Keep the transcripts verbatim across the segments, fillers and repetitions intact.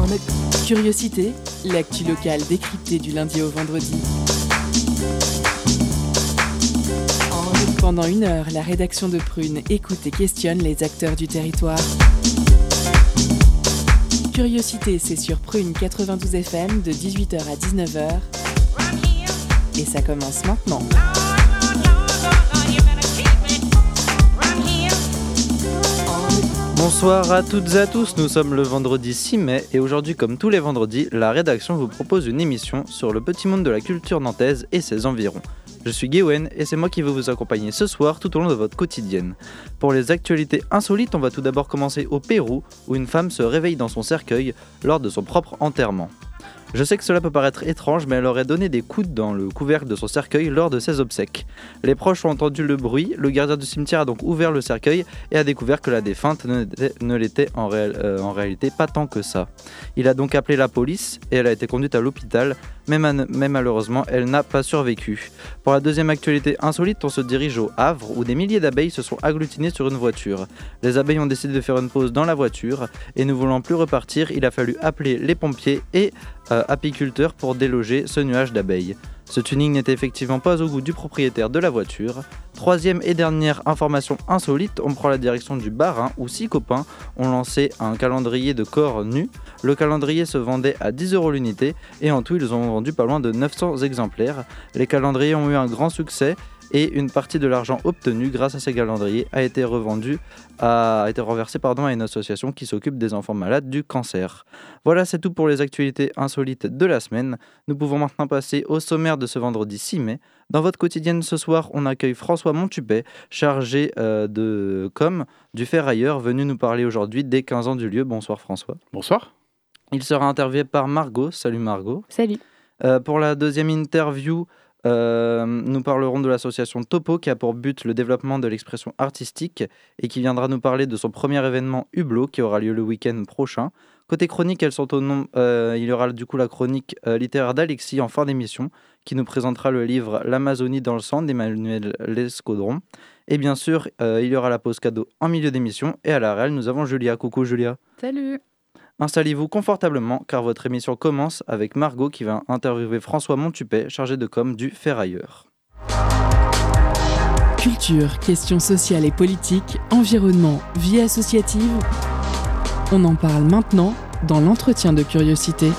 Curiosité, l'actu locale décryptée du lundi au vendredi. Pendant une heure, la rédaction de Prune écoute et questionne les acteurs du territoire. Curiosité, c'est sur Prune quatre-vingt-douze F M de dix-huit heures à dix-neuf heures. Et ça commence maintenant. Bonsoir à toutes et à tous, nous sommes le vendredi six mai et aujourd'hui, comme tous les vendredis, la rédaction vous propose une émission sur le petit monde de la culture nantaise et ses environs. Je suis Gwen et c'est moi qui vais vous accompagner ce soir tout au long de votre quotidienne. Pour les actualités insolites, on va tout d'abord commencer au Pérou où une femme se réveille dans son cercueil lors de son propre enterrement. Je sais que cela peut paraître étrange, mais elle aurait donné des coudes dans le couvercle de son cercueil lors de ses obsèques. Les proches ont entendu le bruit, le gardien du cimetière a donc ouvert le cercueil et a découvert que la défunte ne, ne l'était en, réel, euh, en réalité pas tant que ça. Il a donc appelé la police et elle a été conduite à l'hôpital, mais, man- mais malheureusement elle n'a pas survécu. Pour la deuxième actualité insolite, on se dirige au Havre où des milliers d'abeilles se sont agglutinées sur une voiture. Les abeilles ont décidé de faire une pause dans la voiture et ne voulant plus repartir, il a fallu appeler les pompiers et Euh, apiculteurs pour déloger ce nuage d'abeilles. Ce tuning n'était effectivement pas au goût du propriétaire de la voiture. Troisième et dernière information insolite, on prend la direction du Bas-Rhin où six copains ont lancé un calendrier de corps nus. Le calendrier se vendait à dix euros l'unité et en tout ils ont vendu pas loin de neuf cents exemplaires. Les calendriers ont eu un grand succès et une partie de l'argent obtenu grâce à ces calendriers a été revendu, a été reversé pardon, à une association qui s'occupe des enfants malades du cancer. Voilà, c'est tout pour les actualités insolites de la semaine. Nous pouvons maintenant passer au sommaire de ce vendredi six mai. Dans votre quotidienne ce soir, on accueille François Montupet, chargé euh, de com du Ferrailleur, venu nous parler aujourd'hui des quinze ans du lieu. Bonsoir François. Bonsoir. Il sera interviewé par Margot. Salut Margot. Salut. Euh, pour la deuxième interview, Euh, nous parlerons de l'association Topo qui a pour but le développement de l'expression artistique et qui viendra nous parler de son premier événement Hublot qui aura lieu le week-end prochain. Côté chronique, elles sont au nom, euh, il y aura du coup la chronique euh, littéraire d'Alexis en fin d'émission qui nous présentera le livre L'Amazonie dans le sang d'Emmanuel Lescaudron. Et bien sûr, euh, il y aura la pause cadeau en milieu d'émission et à la réal, nous avons Julia. Coucou Julia. Salut. Installez-vous confortablement car votre émission commence avec Margot qui va interviewer François Montupet, chargé de com du Ferrailleur. Culture, questions sociales et politiques, environnement, vie associative. On en parle maintenant dans l'entretien de Curiosité.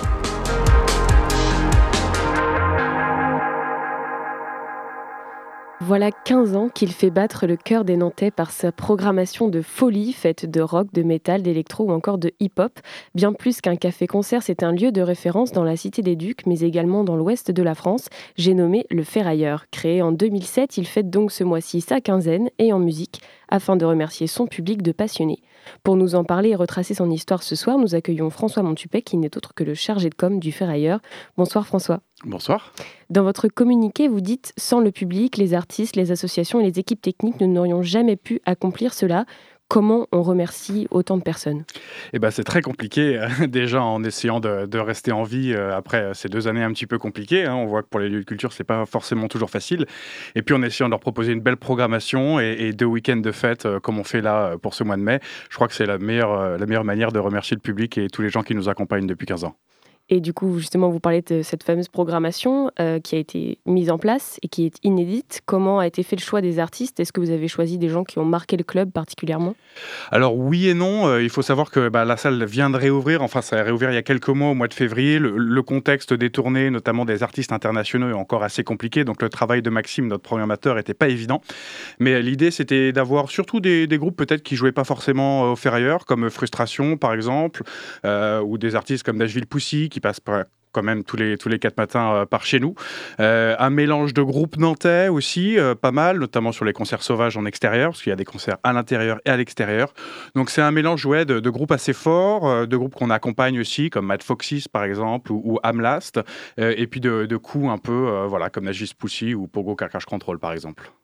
Voilà quinze ans qu'il fait battre le cœur des Nantais par sa programmation de folie faite de rock, de métal, d'électro ou encore de hip-hop. Bien plus qu'un café-concert, c'est un lieu de référence dans la Cité des Ducs, mais également dans l'ouest de la France. J'ai nommé le Ferrailleur. Créé en deux mille sept, il fête donc ce mois-ci sa quinzaine et en musique, afin de remercier son public de passionnés. Pour nous en parler et retracer son histoire ce soir, nous accueillons François Montupet, qui n'est autre que le chargé de com du Ferrailleur. Bonsoir François. Bonsoir. Dans votre communiqué, vous dites « Sans le public, les artistes, les associations et les équipes techniques, nous n'aurions jamais pu accomplir cela ». Comment on remercie autant de personnes ? Eh ben, c'est très compliqué, euh, déjà en essayant de, de rester en vie euh, après ces deux années un petit peu compliquées. Hein. On voit que pour les lieux de culture, c'est pas forcément toujours facile. Et puis en essayant de leur proposer une belle programmation et, et deux week-ends de fête, euh, comme on fait là euh, pour ce mois de mai, je crois que c'est la meilleure, euh, la meilleure manière de remercier le public et tous les gens qui nous accompagnent depuis quinze ans. Et du coup, justement, vous parlez de cette fameuse programmation euh, qui a été mise en place et qui est inédite. Comment a été fait le choix des artistes ? Est-ce que vous avez choisi des gens qui ont marqué le club particulièrement ? Alors oui et non. Euh, il faut savoir que bah, la salle vient de réouvrir. Enfin, ça a réouvert il y a quelques mois, au mois de février. Le, le contexte des tournées, notamment des artistes internationaux, est encore assez compliqué. Donc le travail de Maxime, notre programmateur, n'était pas évident. Mais l'idée, c'était d'avoir surtout des, des groupes peut-être qui jouaient pas forcément au Ferrailleur, comme Frustration, par exemple, euh, ou des artistes comme Nashville Pussy, qui passe par, quand même tous les, tous les quatre matins euh, par chez nous. Euh, un mélange de groupes nantais aussi, euh, pas mal, notamment sur les concerts sauvages en extérieur, parce qu'il y a des concerts à l'intérieur et à l'extérieur. Donc c'est un mélange ouais, de, de groupes assez forts, euh, de groupes qu'on accompagne aussi, comme Mad Foxes par exemple, ou, ou Amlast, euh, et puis de, de coups un peu, euh, voilà, comme Nashville Pussy ou Pogo Car Crash Control par exemple.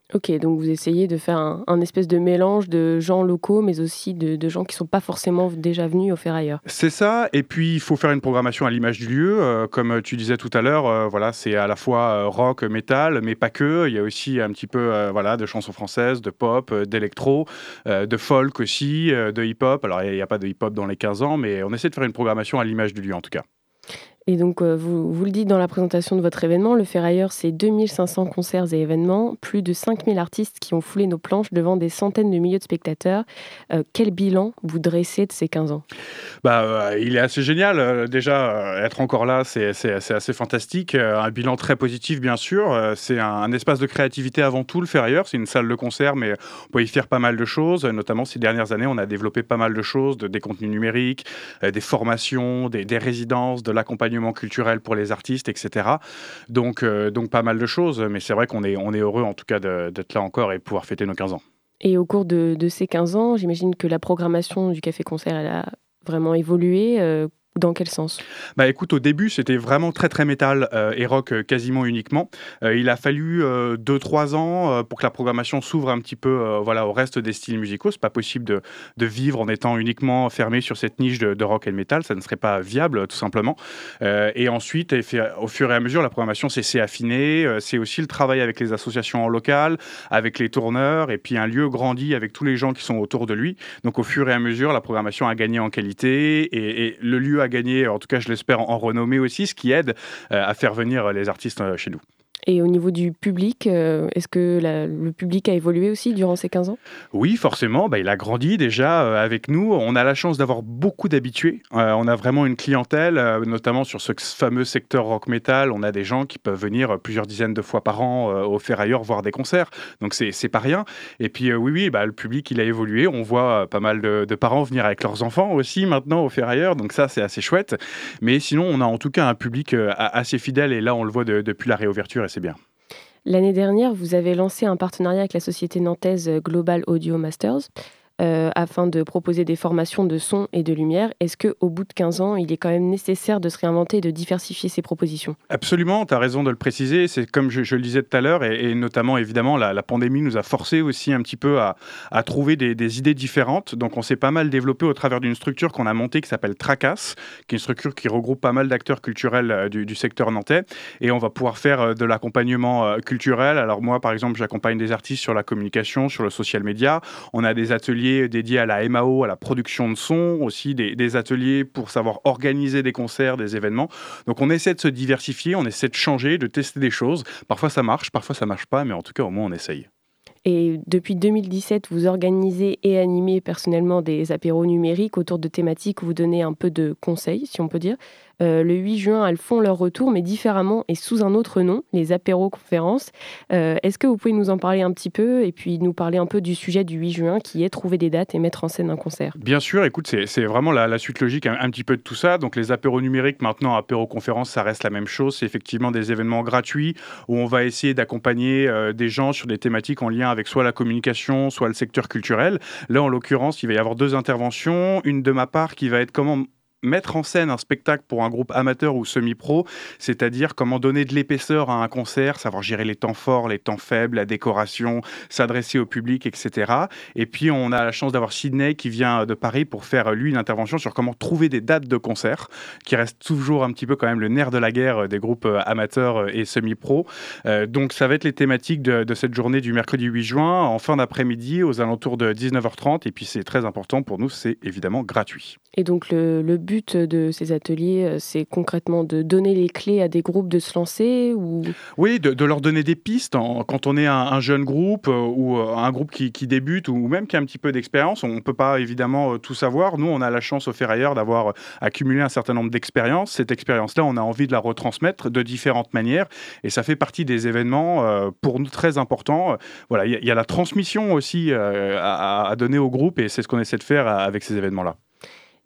Ok, donc vous essayez de faire un, un espèce de mélange de gens locaux, mais aussi de, de gens qui ne sont pas forcément déjà venus au Ferrailleur. C'est ça, et puis il faut faire une programmation à l'image du lieu. Euh, comme tu disais tout à l'heure, euh, voilà, c'est à la fois euh, rock, métal, mais pas que. Il y a aussi un petit peu euh, voilà, de chansons françaises, de pop, euh, d'électro, euh, de folk aussi, euh, de hip-hop. Alors il n'y a, a pas de hip-hop dans les quinze ans, mais on essaie de faire une programmation à l'image du lieu en tout cas. Et donc, euh, vous, vous le dites dans la présentation de votre événement, le Ferrailleur, c'est deux mille cinq cents concerts et événements, plus de cinq mille artistes qui ont foulé nos planches devant des centaines de milliers de spectateurs. Euh, quel bilan vous dressez de ces quinze ans ? Bah, euh, il est assez génial. Euh, déjà, euh, être encore là, c'est, c'est, c'est assez fantastique. Euh, un bilan très positif, bien sûr. Euh, c'est un, un espace de créativité avant tout, le Ferrailleur. C'est une salle de concert, mais on peut y faire pas mal de choses. Notamment, ces dernières années, on a développé pas mal de choses, de, des contenus numériques, euh, des formations, des, des résidences, de l'accompagnement culturel pour les artistes, et cetera. Donc, euh, donc pas mal de choses, mais c'est vrai qu'on est, on est heureux en tout cas de, d'être là encore et de pouvoir fêter nos quinze ans. Et au cours de, de ces quinze ans, j'imagine que la programmation du Café Concert, elle a vraiment évolué. Euh, Dans quel sens ? Bah écoute, au début, c'était vraiment très très métal euh, et rock euh, quasiment uniquement. Euh, il a fallu euh, deux trois ans euh, pour que la programmation s'ouvre un petit peu euh, voilà, au reste des styles musicaux. C'est pas possible de, de vivre en étant uniquement fermé sur cette niche de, de rock et de métal. Ça ne serait pas viable, tout simplement. Euh, et ensuite, et fait, au fur et à mesure, la programmation s'est, s'est affinée. Euh, c'est aussi le travail avec les associations en local, avec les tourneurs, et puis un lieu grandit avec tous les gens qui sont autour de lui. Donc au fur et à mesure, la programmation a gagné en qualité et, et le lieu a gagné, en tout cas je l'espère, en renommée aussi, ce qui aide euh, à faire venir les artistes euh, chez nous. Et au niveau du public, euh, est-ce que la, le public a évolué aussi durant ces quinze ans ? Oui, forcément, bah, il a grandi déjà euh, avec nous. On a la chance d'avoir beaucoup d'habitués. Euh, on a vraiment une clientèle, euh, notamment sur ce fameux secteur rock-metal. On a des gens qui peuvent venir plusieurs dizaines de fois par an euh, au Ferrailleur voir des concerts. Donc c'est, c'est pas rien. Et puis euh, oui, oui, bah, le public, il a évolué. On voit euh, pas mal de, de parents venir avec leurs enfants aussi maintenant au Ferrailleur. Donc ça, c'est assez chouette. Mais sinon, on a en tout cas un public euh, assez fidèle. Et là, on le voit de, depuis la réouverture et c'est bien. L'année dernière, vous avez lancé un partenariat avec la société nantaise Global Audio Masters euh, afin de proposer des formations de son et de lumière. Est-ce qu'au bout de quinze ans, il est quand même nécessaire de se réinventer et de diversifier ses propositions ? Absolument, tu as raison de le préciser. C'est comme je, je le disais tout à l'heure, et, et notamment, évidemment, la, la pandémie nous a forcé aussi un petit peu à, à trouver des, des idées différentes. Donc, on s'est pas mal développé au travers d'une structure qu'on a montée qui s'appelle Tracas, qui est une structure qui regroupe pas mal d'acteurs culturels euh, du, du secteur nantais. Et on va pouvoir faire euh, de l'accompagnement euh, culturel. Alors, moi, par exemple, j'accompagne des artistes sur la communication, sur le social media. On a des ateliers dédiés à la M A O, à la production de son, aussi des, des ateliers pour savoir organiser des concerts, des événements. Donc, on essaie de se diversifier, on essaie de changer, de tester des choses. Parfois, ça marche, parfois, ça marche pas, mais en tout cas, au moins, on essaye. Et depuis deux mille dix-sept, vous organisez et animez personnellement des apéros numériques autour de thématiques où vous donnez un peu de conseils, si on peut dire. Euh, le huit juin, elles font leur retour, mais différemment et sous un autre nom, les apéros-conférences. Euh, est-ce que vous pouvez nous en parler un petit peu et puis nous parler un peu du sujet du huit juin, qui est trouver des dates et mettre en scène un concert ? Bien sûr, écoute, c'est, c'est vraiment la, la suite logique un, un petit peu de tout ça. Donc les apéros numériques, maintenant, apéros-conférences, ça reste la même chose. C'est effectivement des événements gratuits où on va essayer d'accompagner euh, des gens sur des thématiques en lien avec soit la communication, soit le secteur culturel. Là, en l'occurrence, il va y avoir deux interventions. Une de ma part qui va être comment mettre en scène un spectacle pour un groupe amateur ou semi-pro, c'est-à-dire comment donner de l'épaisseur à un concert, savoir gérer les temps forts, les temps faibles, la décoration, s'adresser au public, et cetera. Et puis, on a la chance d'avoir Sydney qui vient de Paris pour faire, lui, une intervention sur comment trouver des dates de concert, qui reste toujours un petit peu quand même le nerf de la guerre des groupes amateurs et semi-pro. Euh, donc, ça va être les thématiques de, de cette journée du mercredi huit juin, en fin d'après-midi, aux alentours de dix-neuf heures trente. Et puis, c'est très important pour nous, c'est évidemment gratuit. Et donc, le, le but de ces ateliers, c'est concrètement de donner les clés à des groupes de se lancer ou... Oui, de, de leur donner des pistes. En, quand on est un, un jeune groupe euh, ou euh, un groupe qui, qui débute ou même qui a un petit peu d'expérience, on ne peut pas évidemment euh, tout savoir. Nous, on a la chance au Ferrailleur d'avoir euh, accumulé un certain nombre d'expériences. Cette expérience-là, on a envie de la retransmettre de différentes manières et ça fait partie des événements euh, pour nous très importants. Euh, voilà, il y, y a la transmission aussi euh, à, à donner au groupe et c'est ce qu'on essaie de faire avec ces événements-là. Donc,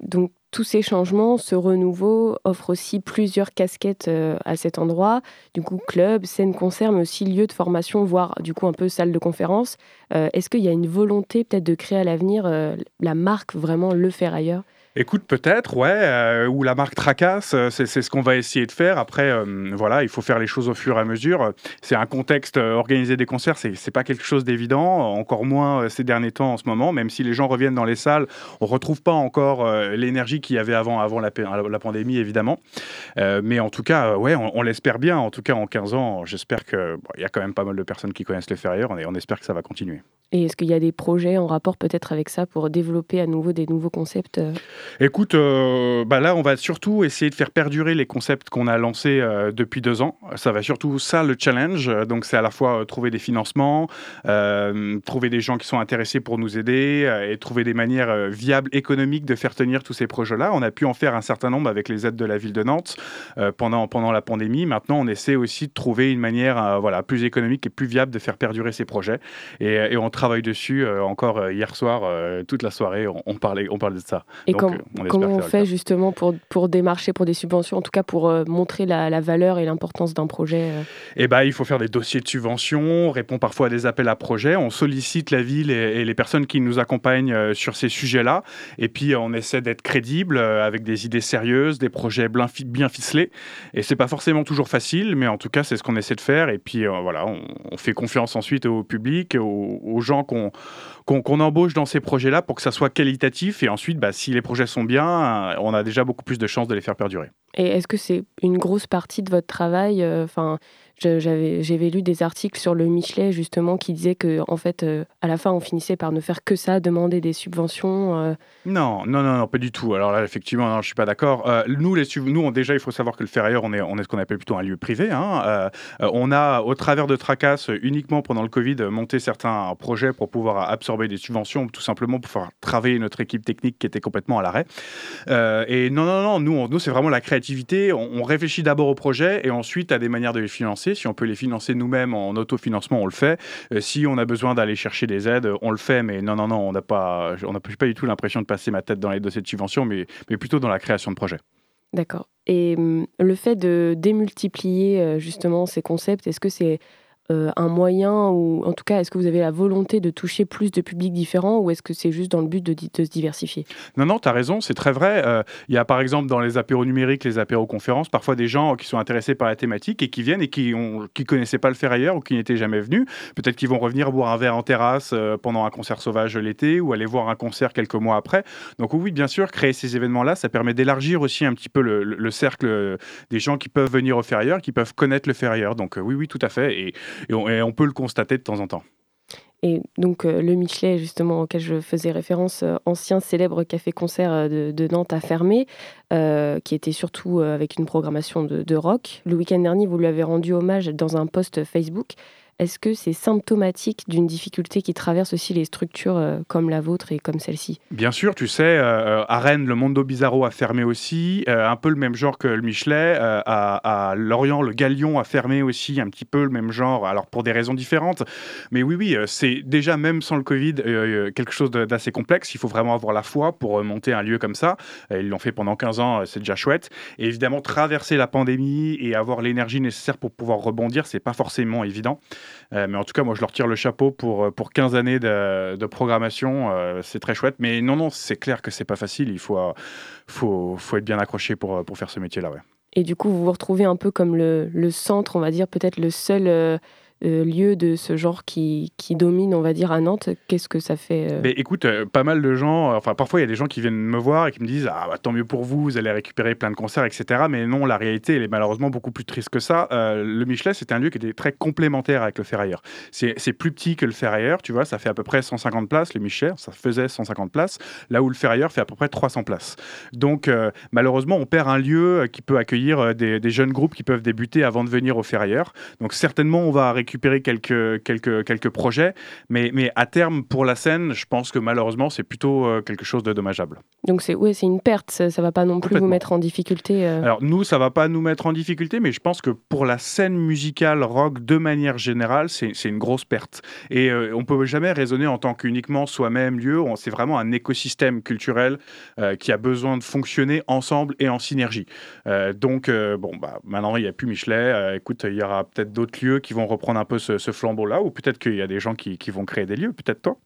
tous ces changements, ce renouveau offre aussi plusieurs casquettes euh, à cet endroit. Du coup, club, scène, concert, mais aussi lieu de formation, voire du coup un peu salle de conférence. Euh, est-ce qu'il y a une volonté peut-être de créer à l'avenir euh, la marque vraiment Le Ferrailleur ? Écoute, peut-être, ouais, euh, ou la marque Tracasse, euh, c'est, c'est ce qu'on va essayer de faire. Après, euh, voilà, il faut faire les choses au fur et à mesure. C'est un contexte, euh, organiser des concerts, c'est, c'est pas quelque chose d'évident, encore moins euh, ces derniers temps en ce moment, même si les gens reviennent dans les salles, on retrouve pas encore euh, l'énergie qu'il y avait avant, avant la, la pandémie, évidemment. Euh, mais en tout cas, euh, ouais, on, on l'espère bien. En tout cas, en quinze ans, j'espère qu'il bon, y a quand même pas mal de personnes qui connaissent Les Ferrailleurs et on espère que ça va continuer. Et est-ce qu'il y a des projets en rapport peut-être avec ça pour développer à nouveau des nouveaux concepts euh Écoute, euh, bah là, on va surtout essayer de faire perdurer les concepts qu'on a lancés euh, depuis deux ans. Ça va surtout ça le challenge. Donc, c'est à la fois euh, trouver des financements, euh, trouver des gens qui sont intéressés pour nous aider euh, et trouver des manières euh, viables, économiques de faire tenir tous ces projets-là. On a pu en faire un certain nombre avec les aides de la ville de Nantes euh, pendant, pendant la pandémie. Maintenant, on essaie aussi de trouver une manière euh, voilà, plus économique et plus viable de faire perdurer ces projets. Et, et on travaille dessus euh, encore euh, hier soir, euh, toute la soirée, on, on, parlait, on parlait de ça. Et Donc, quand, euh, on comment on faire fait justement pour, pour démarcher pour des subventions, en tout cas pour euh, montrer la, la valeur et l'importance d'un projet euh... Eh ben, il faut faire des dossiers de subvention, on répond parfois à des appels à projets, on sollicite la ville et, et les personnes qui nous accompagnent euh, sur ces sujets-là, et puis euh, on essaie d'être crédible euh, avec des idées sérieuses, des projets bien, bien ficelés, et c'est pas forcément toujours facile, mais en tout cas c'est ce qu'on essaie de faire, et puis euh, voilà, on, on fait confiance ensuite au public, aux, aux gens qu'on Qu'on, qu'on embauche dans ces projets-là pour que ça soit qualitatif. Et ensuite, bah, si les projets sont bien, on a déjà beaucoup plus de chances de les faire perdurer. Et est-ce que c'est une grosse partie de votre travail enfin, euh, j'avais, j'avais lu des articles sur le Michelet, justement, qui disaient qu'en en fait, euh, à la fin, on finissait par ne faire que ça, demander des subventions. Euh... Non, non, non, non, pas du tout. Alors là, effectivement, non, je ne suis pas d'accord. Euh, nous, les, nous on, déjà, il faut savoir que le Ferrailleur, on est, on est ce qu'on appelle plutôt un lieu privé. Hein. Euh, on a, au travers de Tracasse, uniquement pendant le Covid, monté certains projets pour pouvoir absorber des subventions, tout simplement pour faire travailler notre équipe technique qui était complètement à l'arrêt. Euh, et non, non, non, nous, on, nous c'est vraiment la créativité. On, on réfléchit d'abord au projet et ensuite à des manières de les financer. Si on peut les financer nous-mêmes en autofinancement, on le fait. Euh, si on a besoin d'aller chercher des aides, on le fait. Mais non, non, non, on n'a pas, on n'a pas du tout l'impression de passer ma tête dans les dossiers de subvention, mais, mais plutôt dans la création de projets. D'accord. Et hum, le fait de démultiplier euh, justement ces concepts, est-ce que c'est euh, un moyen, ou en tout cas, est-ce que vous avez la volonté de toucher plus de publics différents, ou est-ce que c'est juste dans le but de, de se diversifier ? Non, non, tu as raison, c'est très vrai. Euh, il y a par exemple dans les apéros numériques, les apéros conférences, parfois des gens qui sont intéressés par la thématique et qui viennent et qui ne qui connaissaient pas le Ferrailleur ou qui n'étaient jamais venus. Peut-être qu'ils vont revenir boire un verre en terrasse euh, pendant un concert sauvage l'été ou aller voir un concert quelques mois après. Donc oui, bien sûr, créer ces événements-là, ça permet d'élargir aussi un petit peu le, le, le cercle des gens qui peuvent venir au Ferrailleur, qui peuvent connaître le Ferrailleur. Donc euh, oui, oui, tout à fait. Et, et, on, et on peut le constater de temps en temps. Et donc euh, le Michelet, justement, auquel je faisais référence, euh, ancien célèbre café-concert euh, de, de Nantes, a fermé, euh, qui était surtout euh, avec une programmation de, de rock. Le week-end dernier, vous lui avez rendu hommage dans un post Facebook. Est-ce que c'est symptomatique d'une difficulté qui traverse aussi les structures euh, comme la vôtre et comme celle-ci ? Bien sûr, tu sais, euh, à Rennes, le Mondo Bizarro a fermé aussi, euh, un peu le même genre que le Michelet. Euh, à, à Lorient, le Galion a fermé aussi, un petit peu le même genre, alors pour des raisons différentes. Mais oui, oui, euh, c'est déjà, même sans le Covid, euh, quelque chose de, d'assez complexe. Il faut vraiment avoir la foi pour monter un lieu comme ça. Euh, ils l'ont fait pendant quinze ans, c'est déjà chouette. Et évidemment, traverser la pandémie et avoir l'énergie nécessaire pour pouvoir rebondir, c'est pas forcément évident. Euh, mais en tout cas, moi, je leur tire le chapeau pour, pour quinze années de, de programmation. Euh, c'est très chouette. Mais non, non, c'est clair que c'est pas facile. Il faut, euh, faut, faut être bien accroché pour, pour faire ce métier-là. Ouais. Et du coup, vous vous retrouvez un peu comme le, le centre, on va dire, peut-être le seul... Euh... Euh, lieu de ce genre qui, qui domine, on va dire, à Nantes. Qu'est-ce que ça fait euh... Mais écoute, euh, pas mal de gens, enfin parfois il y a des gens qui viennent me voir et qui me disent « Ah bah, tant mieux pour vous, vous allez récupérer plein de concerts, et cetera » Mais non, la réalité, elle est malheureusement beaucoup plus triste que ça. Euh, le Michelet, c'est un lieu qui était très complémentaire avec le Ferrailleur. C'est, c'est plus petit que le Ferrailleur, tu vois, ça fait à peu près cent cinquante places, le Michelet, ça faisait cent cinquante places, là où le Ferrailleur fait à peu près trois cents places. Donc euh, malheureusement, on perd un lieu qui peut accueillir des, des jeunes groupes qui peuvent débuter avant de venir au Ferrailleur. Donc certainement, on va récupérer récupérer quelques, quelques, quelques projets, mais, mais à terme, pour la scène, je pense que malheureusement, c'est plutôt euh, quelque chose de dommageable. Donc c'est, ouais, c'est une perte, ça ne va pas non plus vous mettre en difficulté euh... Alors nous, ça ne va pas nous mettre en difficulté, mais je pense que pour la scène musicale rock, de manière générale, c'est, c'est une grosse perte. Et euh, on ne peut jamais raisonner en tant qu'uniquement soi-même lieu, on, c'est vraiment un écosystème culturel euh, qui a besoin de fonctionner ensemble et en synergie. Euh, donc, euh, bon, bah, maintenant, il n'y a plus Michelet. Euh, écoute, il y aura peut-être d'autres lieux qui vont reprendre un peu ce, ce flambeau-là, ou peut-être qu'il y a des gens qui, qui vont créer des lieux, peut-être toi.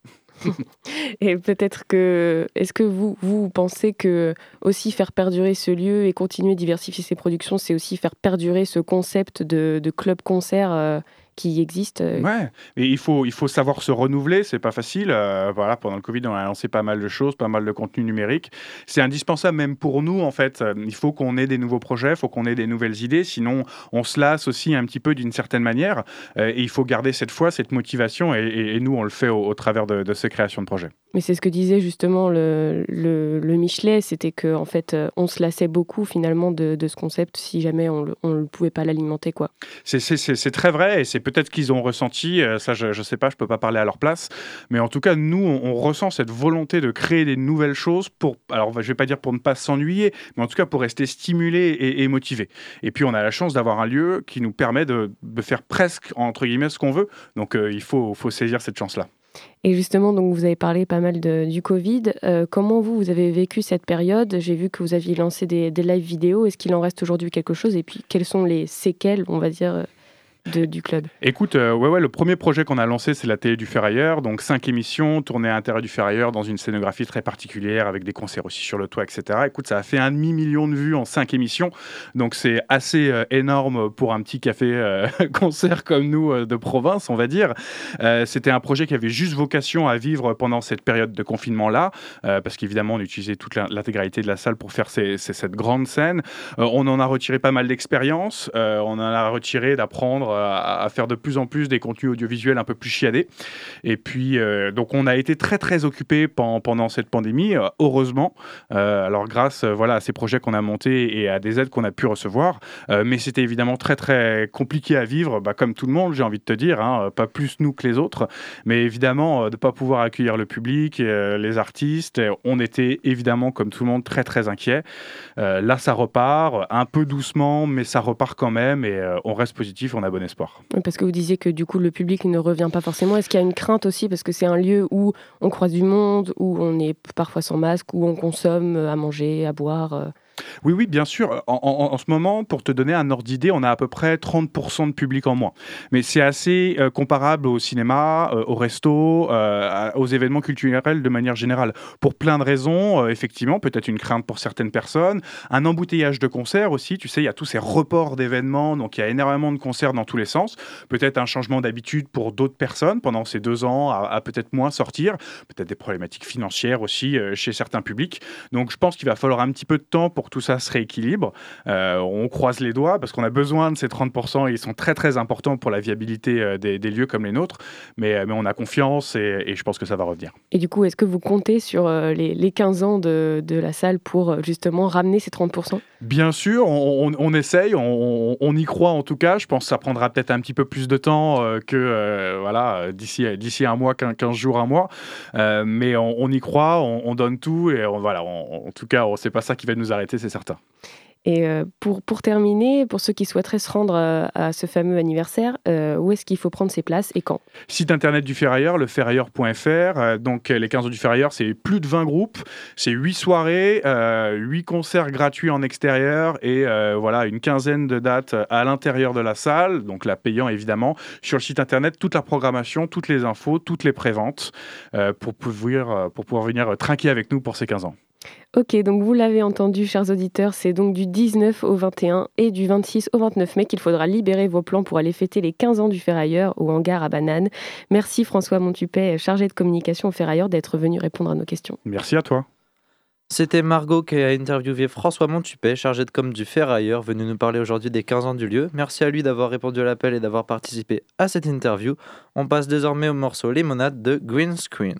Et peut-être que, est-ce que vous, vous pensez que aussi faire perdurer ce lieu et continuer à diversifier ses productions, c'est aussi faire perdurer ce concept de, de club-concert euh, qui existe euh... Ouais, mais il faut, il faut savoir se renouveler, c'est pas facile. Euh, voilà, pendant le Covid, on a lancé pas mal de choses, pas mal de contenu numérique. C'est indispensable même pour nous, en fait. Il faut qu'on ait des nouveaux projets, il faut qu'on ait des nouvelles idées, sinon on se lasse aussi un petit peu d'une certaine manière. Euh, et il faut garder cette foi, cette motivation, et, et, et nous, on le fait au, au travers de, de ces créations de projets. Mais c'est ce que disait justement le, le, le Michelet, c'était qu'en en fait, on se lassait beaucoup finalement de, de ce concept si jamais on ne pouvait pas l'alimenter, quoi. C'est, c'est, c'est, c'est très vrai, et c'est peut-être qu'ils ont ressenti, ça je ne sais pas, je ne peux pas parler à leur place, mais en tout cas, nous, on, on ressent cette volonté de créer des nouvelles choses pour, alors je ne vais pas dire pour ne pas s'ennuyer, mais en tout cas pour rester stimulé et, et motivé. Et puis on a la chance d'avoir un lieu qui nous permet de, de faire presque, entre guillemets, ce qu'on veut, donc euh, il faut, faut saisir cette chance-là. Et justement, donc vous avez parlé pas mal de, du Covid. Euh, comment vous, vous avez vécu cette période ? J'ai vu que vous aviez lancé des, des live vidéo. Est-ce qu'il en reste aujourd'hui quelque chose ? Et puis, quelles sont les séquelles, on va dire, de, du club ? Écoute, euh, ouais, ouais, le premier projet qu'on a lancé, c'est la télé du Ferrailleur. Donc, cinq émissions tournées à l'intérieur du Ferrailleur dans une scénographie très particulière, avec des concerts aussi sur le toit, et cetera. Écoute, ça a fait un demi-million de vues en cinq émissions. Donc, c'est assez euh, énorme pour un petit café-concert euh, comme nous euh, de province, on va dire. Euh, c'était un projet qui avait juste vocation à vivre pendant cette période de confinement-là, euh, parce qu'évidemment, on utilisait toute la, l'intégralité de la salle pour faire ces, ces, cette grande scène. Euh, on en a retiré pas mal d'expériences. Euh, on en a retiré d'apprendre à, à faire de plus en plus des contenus audiovisuels un peu plus chiadés. Et puis, euh, donc, on a été très, très occupés pendant, pendant cette pandémie, euh, heureusement. Euh, alors, grâce euh, voilà, à ces projets qu'on a montés et à des aides qu'on a pu recevoir. Euh, mais c'était évidemment très, très compliqué à vivre, bah, comme tout le monde, j'ai envie de te dire, hein, pas plus nous que les autres. Mais évidemment, euh, de ne pas pouvoir accueillir le public, euh, les artistes, euh, on était évidemment, comme tout le monde, très, très inquiets. Euh, là, ça repart, un peu doucement, mais ça repart quand même. Et euh, on reste positif, on a bon espoir. Parce que vous disiez que du coup, le public ne revient pas forcément. Est-ce qu'il y a une crainte aussi ? Parce que c'est un lieu où on croise du monde, où on est parfois sans masque, où on consomme à manger, à boire euh... Oui, oui, bien sûr. En, en, en ce moment, pour te donner un ordre d'idée, on a à peu près trente pour cent de public en moins. Mais c'est assez euh, comparable au cinéma, euh, au resto, euh, aux événements culturels de manière générale. Pour plein de raisons, euh, effectivement, peut-être une crainte pour certaines personnes, un embouteillage de concerts aussi. Tu sais, il y a tous ces reports d'événements, donc il y a énormément de concerts dans tous les sens. Peut-être un changement d'habitude pour d'autres personnes pendant ces deux ans à, à peut-être moins sortir. Peut-être des problématiques financières aussi euh, chez certains publics. Donc je pense qu'il va falloir un petit peu de temps pour que tout ça se rééquilibre. Euh, on croise les doigts parce qu'on a besoin de ces trente pour cent et ils sont très très importants pour la viabilité euh, des, des lieux comme les nôtres. Mais, mais on a confiance et, et je pense que ça va revenir. Et du coup, est-ce que vous comptez sur euh, les, les quinze ans de, de la salle pour justement ramener ces trente pour cent ? Bien sûr, on, on, on essaye, on, on y croit en tout cas. Je pense que ça prendra peut-être un petit peu plus de temps euh, que euh, voilà, d'ici, d'ici un mois, quinze jours, un mois. Euh, mais on, on y croit, on, on donne tout et on, voilà, on, en tout cas, c'est pas ça qui va nous arrêter, c'est certain. Et euh, pour, pour terminer, pour ceux qui souhaiteraient se rendre à, à ce fameux anniversaire, euh, où est-ce qu'il faut prendre ses places et quand ? Site internet du Ferrailleur, le ferrailleur point f r. Euh, donc les quinze ans du Ferrailleur, c'est plus de vingt groupes, c'est huit soirées, euh, huit concerts gratuits en extérieur et euh, voilà, une quinzaine de dates à l'intérieur de la salle, donc la payant évidemment. Sur le site internet, toute la programmation, toutes les infos, toutes les préventes euh, pour, pouvoir, pour pouvoir venir trinquer avec nous pour ces quinze ans. Ok, donc vous l'avez entendu, chers auditeurs, c'est donc du dix-neuf au vingt et un et du vingt-six au vingt-neuf mai qu'il faudra libérer vos plans pour aller fêter les quinze ans du Ferrailleur au hangar à Bananes. Merci François Montupet, chargé de communication au Ferrailleur, d'être venu répondre à nos questions. Merci à toi. C'était Margot qui a interviewé François Montupet, chargé de com du Ferrailleur, venu nous parler aujourd'hui des quinze ans du lieu. Merci à lui d'avoir répondu à l'appel et d'avoir participé à cette interview. On passe désormais au morceau Limonade de Green Screen.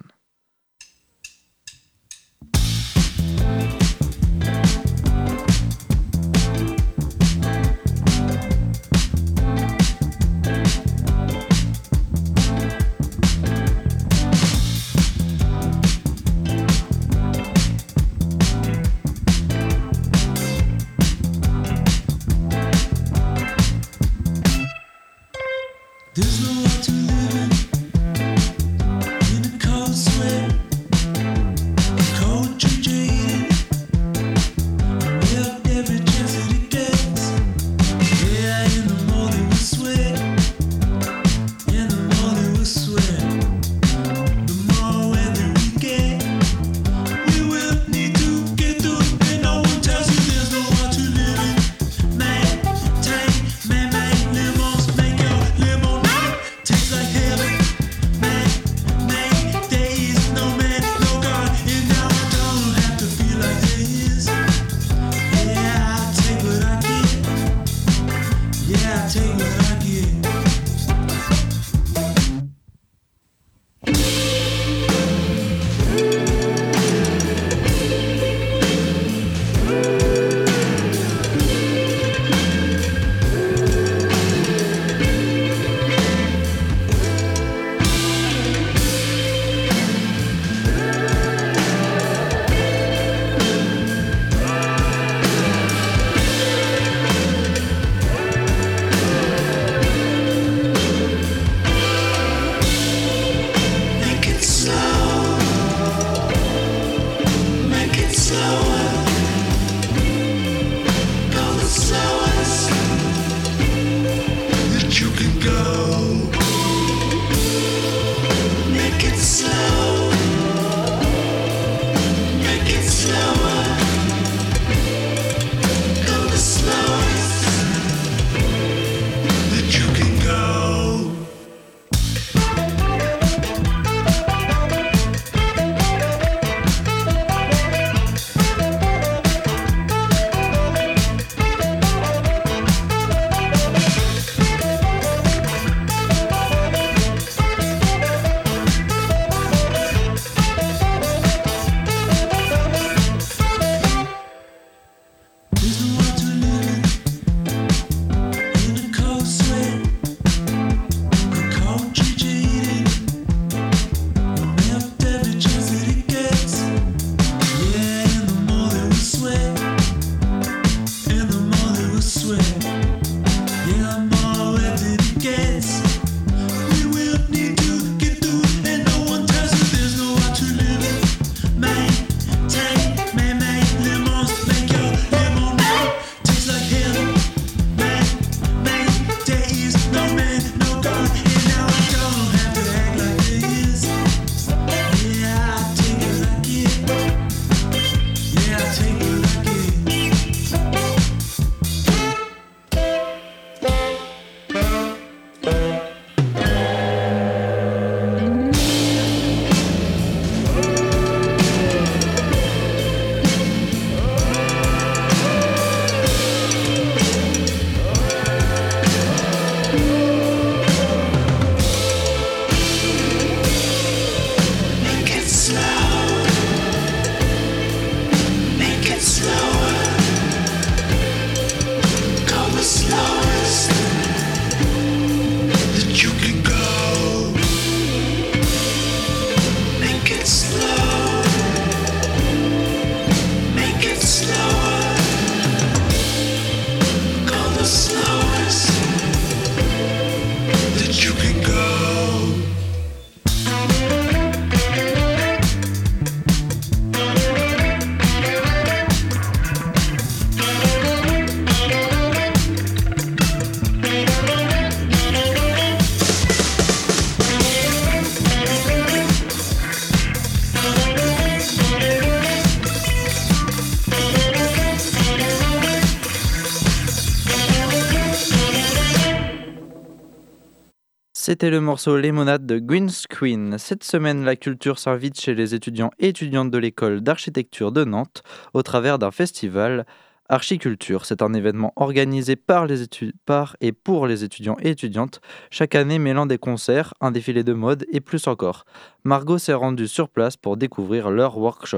C'était le morceau Lémonade de Green Screen. Cette semaine, la culture s'invite chez les étudiants et étudiantes de l'école d'architecture de Nantes au travers d'un festival Archiculture. C'est un événement organisé par, les étu- par et pour les étudiants et étudiantes, chaque année mêlant des concerts, un défilé de mode et plus encore. Margot s'est rendue sur place pour découvrir leur workshop.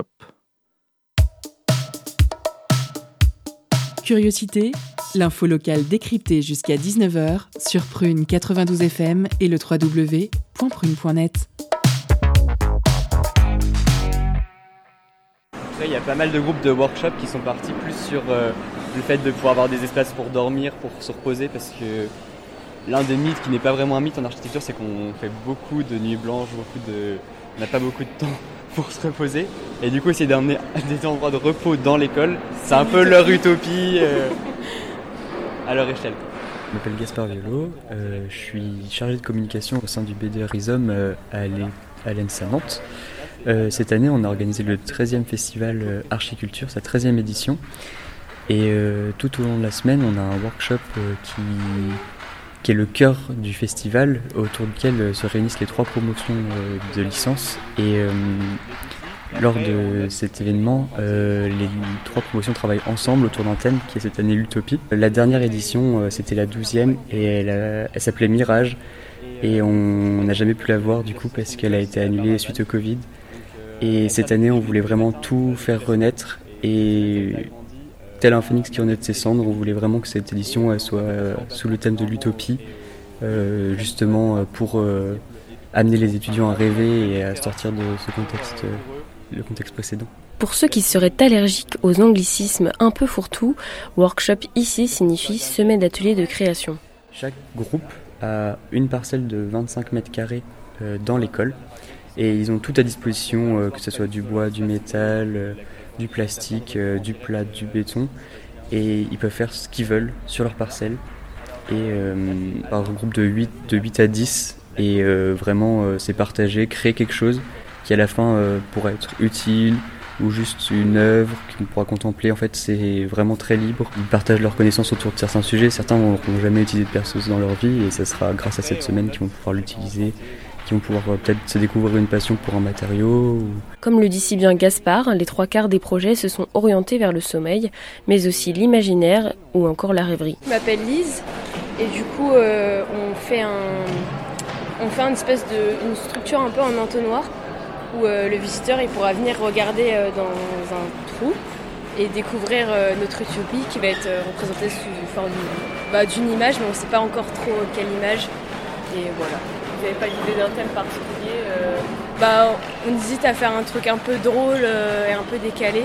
Curiosité, l'info locale décryptée jusqu'à dix-neuf heures sur Prune quatre-vingt-douze F M et le w w w point prune point net. Il y a pas mal de groupes de workshops qui sont partis plus sur euh, le fait de pouvoir avoir des espaces pour dormir, pour se reposer, parce que l'un des mythes qui n'est pas vraiment un mythe en architecture, c'est qu'on fait beaucoup de nuits blanches, beaucoup de... on n'a pas beaucoup de temps pour se reposer. Et du coup, essayer d'amener des endroits de repos dans l'école, c'est un peu leur utopie euh, à leur échelle. Je m'appelle Gaspard Violo, euh, je suis chargé de communication au sein du B D Rhizome euh, à l'E N S A Nantes. Euh, cette année, on a organisé le treizième festival euh, Archiculture, sa treizième édition. Et euh, tout au long de la semaine, on a un workshop euh, qui, qui est le cœur du festival, autour duquel euh, se réunissent les trois promotions euh, de licence. Et euh, lors de cet événement, euh, les trois promotions travaillent ensemble autour d'un thème qui est cette année l'utopie. La dernière édition, euh, c'était la douzième, et elle, a, elle s'appelait Mirage. Et on n'a jamais pu la voir du coup parce qu'elle a été annulée suite au Covid. Et cette année, on voulait vraiment tout faire renaître. Et tel un phénix qui renaît de ses cendres, on voulait vraiment que cette édition elle soit sous le thème de l'utopie, euh, justement pour euh, amener les étudiants à rêver et à sortir de ce contexte, le contexte précédent. Pour ceux qui seraient allergiques aux anglicismes un peu fourre-tout, workshop ici signifie semaine d'atelier de création. Chaque groupe a une parcelle de vingt-cinq mètres carrés euh, dans l'école. Et ils ont tout à disposition, euh, que ce soit du bois, du métal, euh, du plastique, euh, du plâtre, du béton. Et ils peuvent faire ce qu'ils veulent sur leur parcelle. Et euh, par groupe de huit, de huit à dix. Et euh, vraiment, euh, c'est partager, créer quelque chose qui à la fin euh, pourra être utile ou juste une œuvre qu'on pourra contempler. En fait, c'est vraiment très libre. Ils partagent leurs connaissances autour de certains sujets. Certains n'auront jamais utilisé de perceuse dans leur vie. Et ça sera grâce à cette semaine qu'ils vont pouvoir l'utiliser, qui vont pouvoir euh, peut-être se découvrir une passion pour un matériau. Ou... Comme le dit si bien Gaspard, les trois quarts des projets se sont orientés vers le sommeil, mais aussi l'imaginaire ou encore la rêverie. Je m'appelle Lise et du coup euh, on fait un, on fait une espèce de une structure un peu en entonnoir où euh, le visiteur il pourra venir regarder euh, dans un trou et découvrir euh, notre utopie qui va être euh, représentée sous forme d'une, bah, d'une image, mais on ne sait pas encore trop quelle image. Et voilà. Vous n'avez pas l'idée d'un thème particulier euh... bah, on hésite à faire un truc un peu drôle euh, et un peu décalé,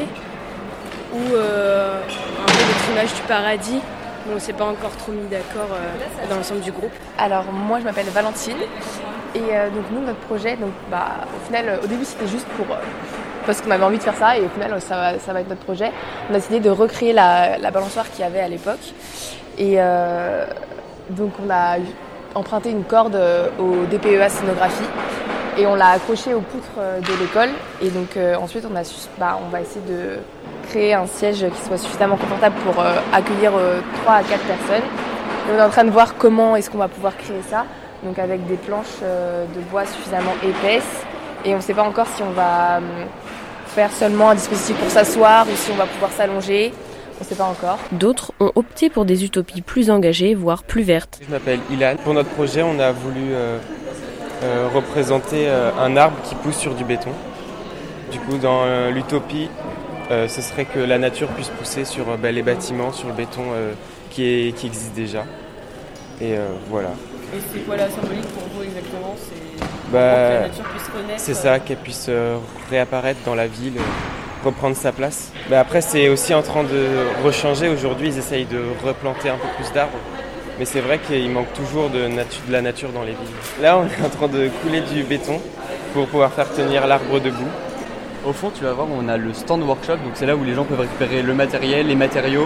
ou euh, un peu notre image du paradis. On ne s'est pas encore trop mis d'accord euh, dans l'ensemble du groupe. Alors moi je m'appelle Valentine et euh, donc nous notre projet, donc, bah, au final euh, au début c'était juste pour euh, parce qu'on avait envie de faire ça et au final ça va, ça va être notre projet. On a décidé de recréer la, la balançoire qu'il y avait à l'époque et euh, donc on a emprunté une corde au D P E A scénographie et on l'a accrochée aux poutres de l'école et donc euh, ensuite on, a, bah, on va essayer de créer un siège qui soit suffisamment confortable pour euh, accueillir euh, trois à quatre personnes. Et on est en train de voir comment est-ce qu'on va pouvoir créer ça, donc avec des planches euh, de bois suffisamment épaisses et on ne sait pas encore si on va euh, faire seulement un dispositif pour s'asseoir ou si on va pouvoir s'allonger. On ne sait pas encore. D'autres ont opté pour des utopies plus engagées, voire plus vertes. Je m'appelle Ilan. Pour notre projet, on a voulu euh, euh, représenter euh, un arbre qui pousse sur du béton. Du coup, dans euh, l'utopie, euh, ce serait que la nature puisse pousser sur euh, bah, les bâtiments, sur le béton euh, qui, est, qui existe déjà. Et euh, voilà. Et c'est quoi la symbolique pour vous exactement? C'est bah, pour que la nature puisse renaître. C'est ça, qu'elle puisse euh, réapparaître dans la ville, euh, reprendre sa place. Bah, après, c'est aussi en train de rechanger. Aujourd'hui, ils essayent de replanter un peu plus d'arbres. Mais c'est vrai qu'il manque toujours de, natu- de la nature dans les villes. Là, on est en train de couler du béton pour pouvoir faire tenir l'arbre debout. Au fond, tu vas voir, on a le stand workshop, donc c'est là où les gens peuvent récupérer le matériel, les matériaux,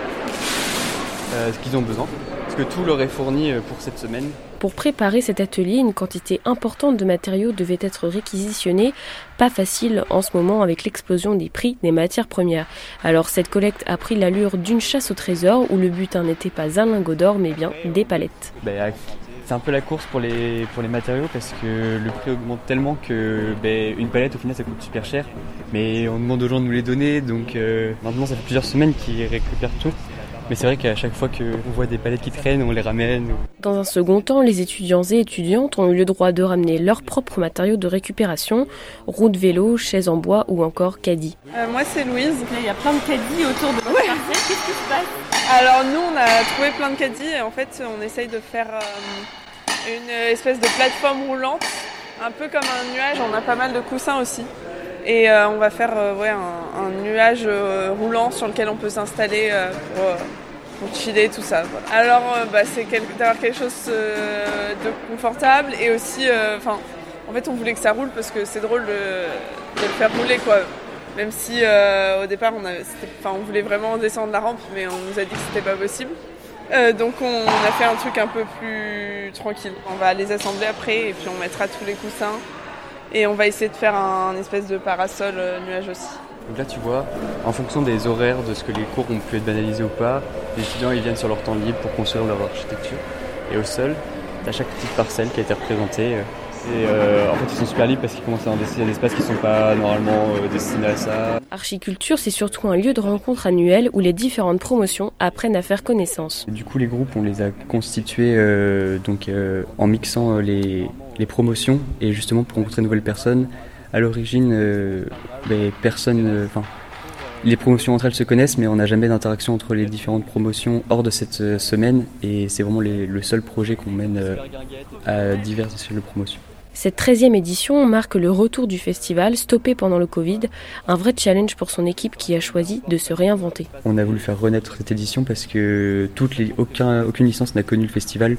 euh, ce qu'ils ont besoin. Parce que tout leur est fourni pour cette semaine. Pour préparer cet atelier, une quantité importante de matériaux devait être réquisitionnée. Pas facile en ce moment avec l'explosion des prix des matières premières. Alors cette collecte a pris l'allure d'une chasse au trésor où le butin n'était pas un lingot d'or mais bien des palettes. Ben, c'est un peu la course pour les, pour les matériaux parce que le prix augmente tellement que ben, une palette au final ça coûte super cher. Mais on demande aux gens de nous les donner, donc euh, maintenant ça fait plusieurs semaines qu'ils récupèrent tout. Mais c'est vrai qu'à chaque fois qu'on voit des palettes qui traînent, on les ramène. Dans un second temps, les étudiants et étudiantes ont eu le droit de ramener leurs propres matériaux de récupération, roues de vélo, chaises en bois ou encore caddies. Euh, moi c'est Louise. Il y a plein de caddies autour de ouais. Qu'est-ce qui se passe? Alors nous on a trouvé plein de caddies et en fait on essaye de faire euh, une espèce de plateforme roulante, un peu comme un nuage, on a pas mal de coussins aussi. Et euh, on va faire euh, ouais, un, un nuage euh, roulant sur lequel on peut s'installer euh, pour, euh, pour chiller, tout ça. Voilà. Alors, euh, bah, c'est quel, d'avoir quelque chose euh, de confortable et aussi, euh, en fait, on voulait que ça roule parce que c'est drôle de, de le faire rouler, quoi. Même si euh, au départ, on, avait, on voulait vraiment descendre la rampe, mais on nous a dit que c'était pas possible. Euh, donc, on, on a fait un truc un peu plus tranquille. On va les assembler après et puis on mettra tous les coussins. Et on va essayer de faire un, un espèce de parasol euh, nuage aussi. Donc là tu vois, en fonction des horaires, de ce que les cours ont pu être banalisés ou pas, les étudiants ils viennent sur leur temps libre pour construire leur architecture. Et au sol, tu as chaque petite parcelle qui a été représentée. Et euh, en fait ils sont super libres parce qu'ils commencent à investir des espaces qui ne sont pas normalement euh, destinés à ça. Archiculture, c'est surtout un lieu de rencontre annuel où les différentes promotions apprennent à faire connaissance. Du coup les groupes on les a constitués euh, donc, euh, en mixant euh, les... les promotions et justement pour rencontrer de nouvelles personnes. À l'origine, euh, ben, personne, enfin, euh, les promotions entre elles se connaissent, mais on n'a jamais d'interaction entre les différentes promotions hors de cette euh, semaine et c'est vraiment les, le seul projet qu'on mène euh, à diverses échelles de promotion. Cette treizième édition marque le retour du festival, stoppé pendant le Covid, un vrai challenge pour son équipe qui a choisi de se réinventer. On a voulu faire renaître cette édition parce que toutes les, aucun, aucune licence n'a connu le festival.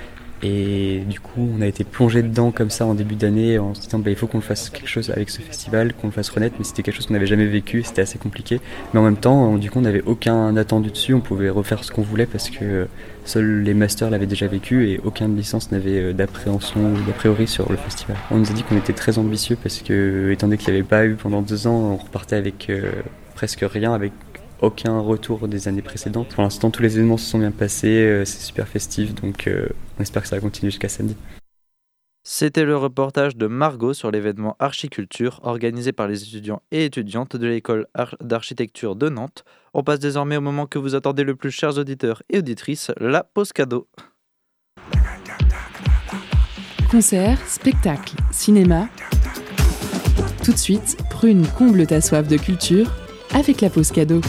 Et du coup, on a été plongé dedans comme ça en début d'année en se disant bah, il faut qu'on fasse quelque chose avec ce festival, qu'on le fasse renaître, mais c'était quelque chose qu'on n'avait jamais vécu, c'était assez compliqué. Mais en même temps, du coup, on n'avait aucun attendu dessus, on pouvait refaire ce qu'on voulait parce que seuls les masters l'avaient déjà vécu et aucune licence n'avait d'appréhension ou d'a priori sur le festival. On nous a dit qu'on était très ambitieux parce que, étant donné qu'il n'y avait pas eu pendant deux ans, on repartait avec euh, presque rien, avec aucun retour des années précédentes. Pour l'instant, tous les événements se sont bien passés, c'est super festif, donc euh, on espère que ça va continuer jusqu'à samedi. C'était le reportage de Margot sur l'événement Archiculture organisé par les étudiants et étudiantes de l'école d'architecture de Nantes. On passe désormais au moment que vous attendez le plus, chers auditeurs et auditrices, la pause cadeau. Concerts, spectacles, cinéma. Tout de suite, Prune comble ta soif de culture avec la pause cadeau.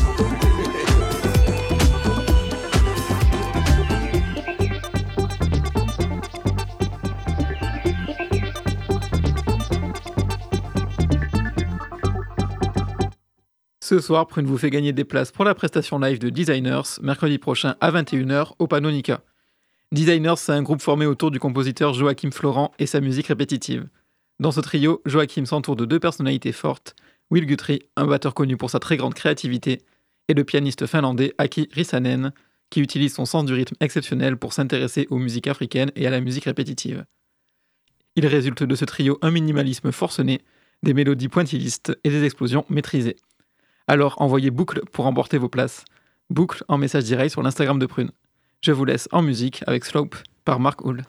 Ce soir, Prune vous fait gagner des places pour la prestation live de Designers, mercredi prochain à vingt et une heures au Pannonica. Designers, c'est un groupe formé autour du compositeur Joachim Florent et sa musique répétitive. Dans ce trio, Joachim s'entoure de deux personnalités fortes, Will Guthrie, un batteur connu pour sa très grande créativité, et le pianiste finlandais Aki Rissanen, qui utilise son sens du rythme exceptionnel pour s'intéresser aux musiques africaines et à la musique répétitive. Il résulte de ce trio un minimalisme forcené, des mélodies pointillistes et des explosions maîtrisées. Alors envoyez Boucle pour emporter vos places. Boucle en message direct sur l'Instagram de Prune. Je vous laisse en musique avec Slope par Mark Hull.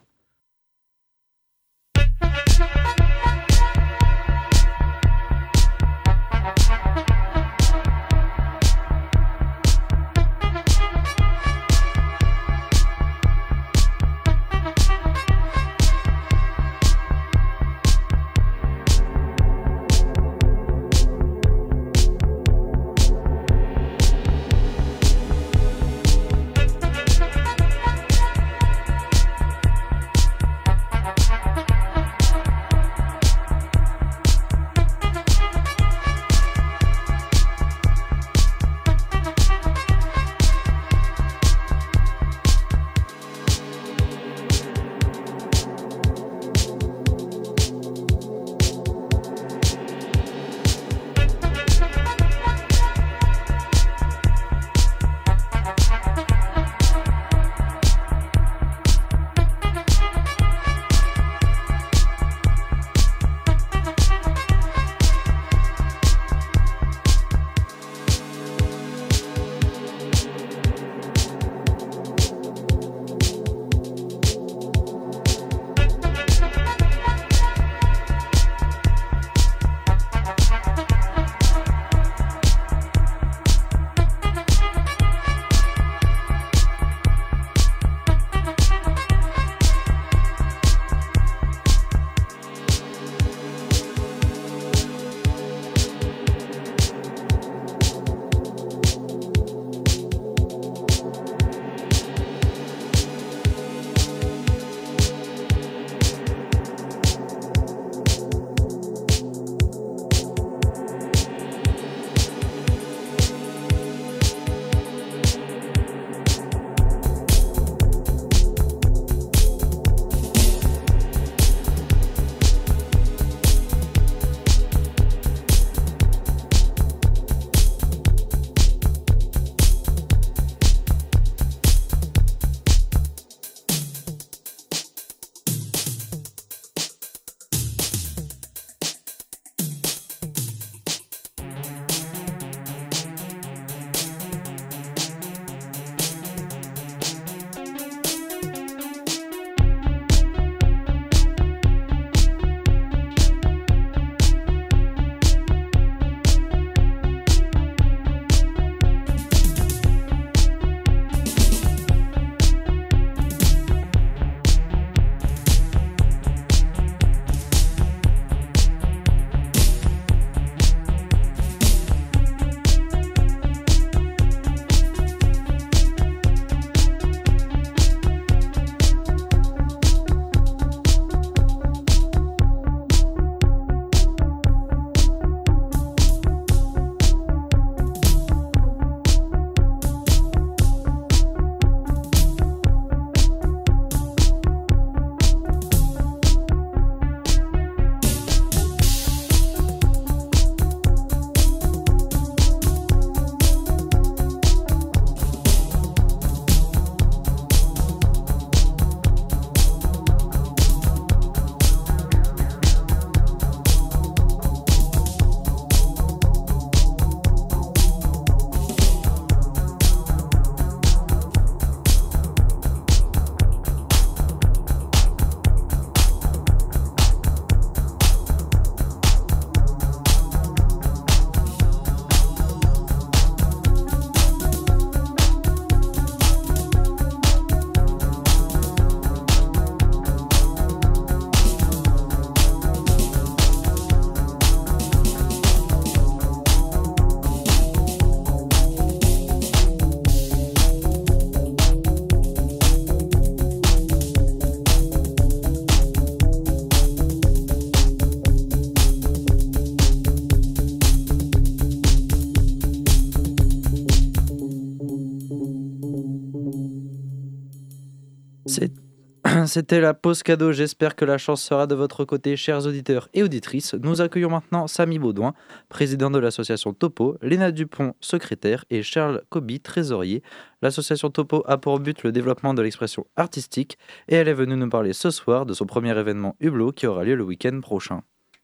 C'est... C'était la pause cadeau, j'espère que la chance sera de votre côté, chers auditeurs et auditrices. Nous accueillons maintenant Samy Baudouin, président de l'association Topo, Léna Dupont, secrétaire, et Charles Coby, trésorier. L'association Topo a pour but le développement de l'expression artistique et elle est venue nous parler ce soir de son premier événement Hublot qui aura lieu le week-end prochain.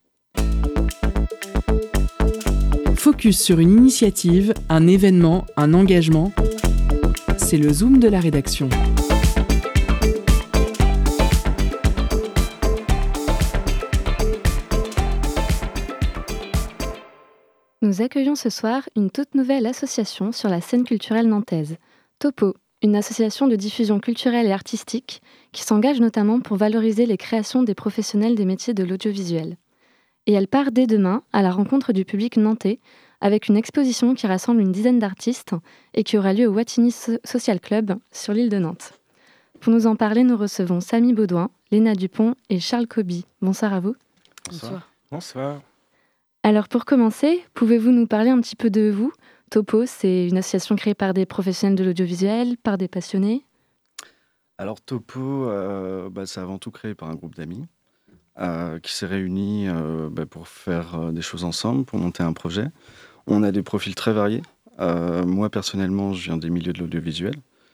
Focus sur une initiative, un événement, un engagement. C'est le Zoom de la rédaction. Nous accueillons ce soir une toute nouvelle association sur la scène culturelle nantaise, Topo, une association de diffusion culturelle et artistique qui s'engage notamment pour valoriser les créations des professionnels des métiers de l'audiovisuel. Et elle part dès demain à la rencontre du public nantais avec une exposition qui rassemble une dizaine d'artistes et qui aura lieu au Wattignies Social Club sur l'île de Nantes. Pour nous en parler, nous recevons Samy Baudouin, Léna Dupont et Charles Coby. Bonsoir à vous. Bonsoir. Bonsoir. Alors pour commencer, pouvez-vous nous parler un petit peu de vous ? Topo, c'est une association créée par des professionnels de l'audiovisuel, par des passionnés ? Alors Topo, euh, bah, c'est avant tout créé par un groupe d'amis euh, qui s'est réuni euh, bah, pour faire euh, des choses ensemble, pour monter un projet. On a des profils très variés. Euh, moi personnellement, je viens des milieux de l'audiovisuel.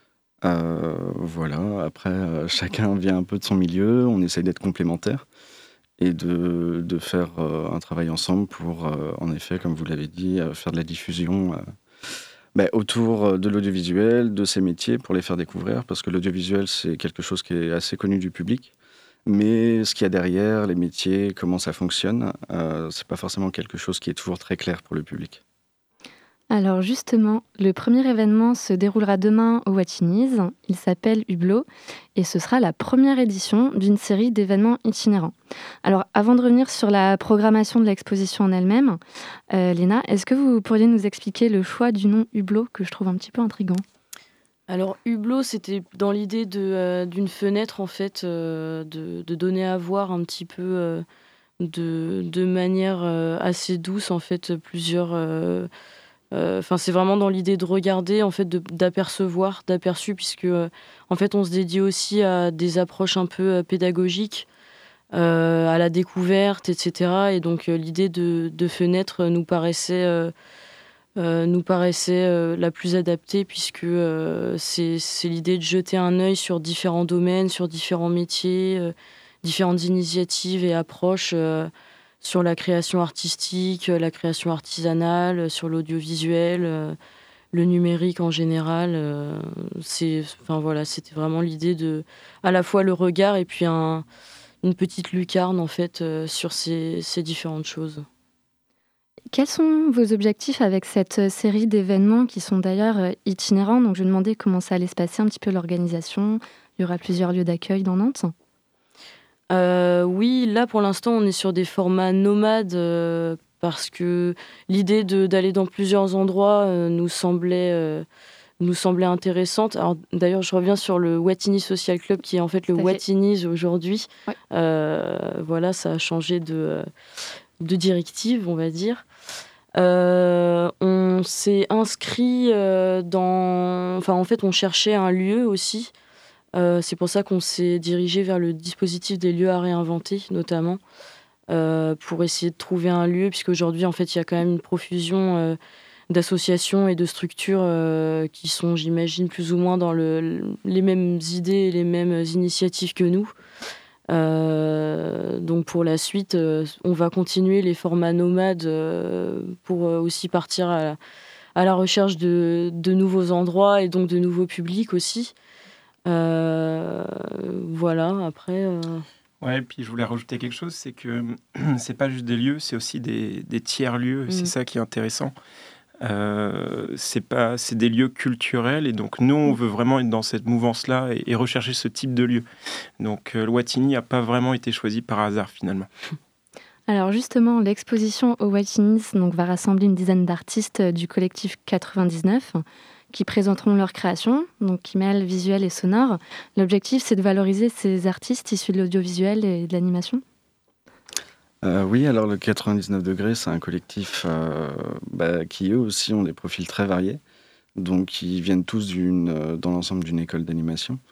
Euh, voilà, après, euh, chacun vient un peu de son milieu, on essaye d'être complémentaires. Et de, de faire euh, un travail ensemble pour, euh, en effet, comme vous l'avez dit, euh, faire de la diffusion euh, bah, autour de l'audiovisuel, de ces métiers, pour les faire découvrir, parce que l'audiovisuel, c'est quelque chose qui est assez connu du public, mais ce qu'il y a derrière, les métiers, comment ça fonctionne, euh, c'est pas forcément quelque chose qui est toujours très clair pour le public. Alors justement, le premier événement se déroulera demain au Wattignies. Il s'appelle Hublot et ce sera la première édition d'une série d'événements itinérants. Alors avant de revenir sur la programmation de l'exposition en elle-même, euh, Léna, est-ce que vous pourriez nous expliquer le choix du nom Hublot que je trouve un petit peu intriguant ? Alors Hublot, c'était dans l'idée de, euh, d'une fenêtre en fait, euh, de, de donner à voir un petit peu euh, de, de manière euh, assez douce en fait plusieurs... Euh, Enfin, euh, c'est vraiment dans l'idée de regarder, en fait, de, d'apercevoir, d'aperçu, puisque euh, en fait, on se dédie aussi à des approches un peu euh, pédagogiques, euh, à la découverte, et cetera. Et donc, euh, l'idée de, de fenêtre nous paraissait, euh, euh, nous paraissait euh, la plus adaptée, puisque euh, c'est, c'est l'idée de jeter un œil sur différents domaines, sur différents métiers, euh, différentes initiatives et approches. Euh, sur la création artistique, la création artisanale, sur l'audiovisuel, euh, le numérique en général. Euh, c'est, enfin, voilà, c'était vraiment l'idée de, à la fois le regard et puis un, une petite lucarne en fait, euh, sur ces, ces différentes choses. Quels sont vos objectifs avec cette série d'événements qui sont d'ailleurs itinérants ? Donc je me demandais comment ça allait se passer, un petit peu l'organisation. Il y aura plusieurs lieux d'accueil dans Nantes ? Euh, oui, là pour l'instant on est sur des formats nomades euh, parce que l'idée de, d'aller dans plusieurs endroits euh, nous semblait, euh, nous semblait intéressante. Alors, d'ailleurs je reviens sur le Wattignies Social Club qui est en fait le Wattignies aujourd'hui. Ouais. Euh, voilà, ça a changé de, de directive on va dire. Euh, on s'est inscrit euh, dans... Enfin en fait on cherchait un lieu aussi. Euh, c'est pour ça qu'on s'est dirigé vers le dispositif des lieux à réinventer, notamment, euh, pour essayer de trouver un lieu, puisqu'aujourd'hui, en fait, il y a quand même une profusion euh, d'associations et de structures euh, qui sont, j'imagine, plus ou moins dans le, les mêmes idées et les mêmes initiatives que nous. Euh, donc, pour la suite, euh, on va continuer les formats nomades euh, pour euh, aussi partir à la, à la recherche de, de nouveaux endroits et donc de nouveaux publics aussi. Euh, voilà, après... Euh... Ouais, et puis je voulais rajouter quelque chose, c'est que c'est pas juste des lieux, c'est aussi des, des tiers-lieux, mmh. C'est ça qui est intéressant. Euh, c'est, pas, c'est des lieux culturels, et donc nous, on veut vraiment être dans cette mouvance-là et, et rechercher ce type de lieu. Donc euh, le Wattignies n'a pas vraiment été choisi par hasard, finalement. Alors justement, l'exposition au Wattignies donc, va rassembler une dizaine d'artistes du collectif quatre-vingt-dix-neuf, qui présenteront leur création, donc qui mêlent visuel et sonore. L'objectif, c'est de valoriser ces artistes issus de l'audiovisuel et de l'animation. Euh, oui, alors le quatre-vingt-dix-neuf degrés, c'est un collectif euh, bah, qui eux aussi ont des profils très variés, donc ils viennent tous d'une, euh, dans l'ensemble d'une école d'animation.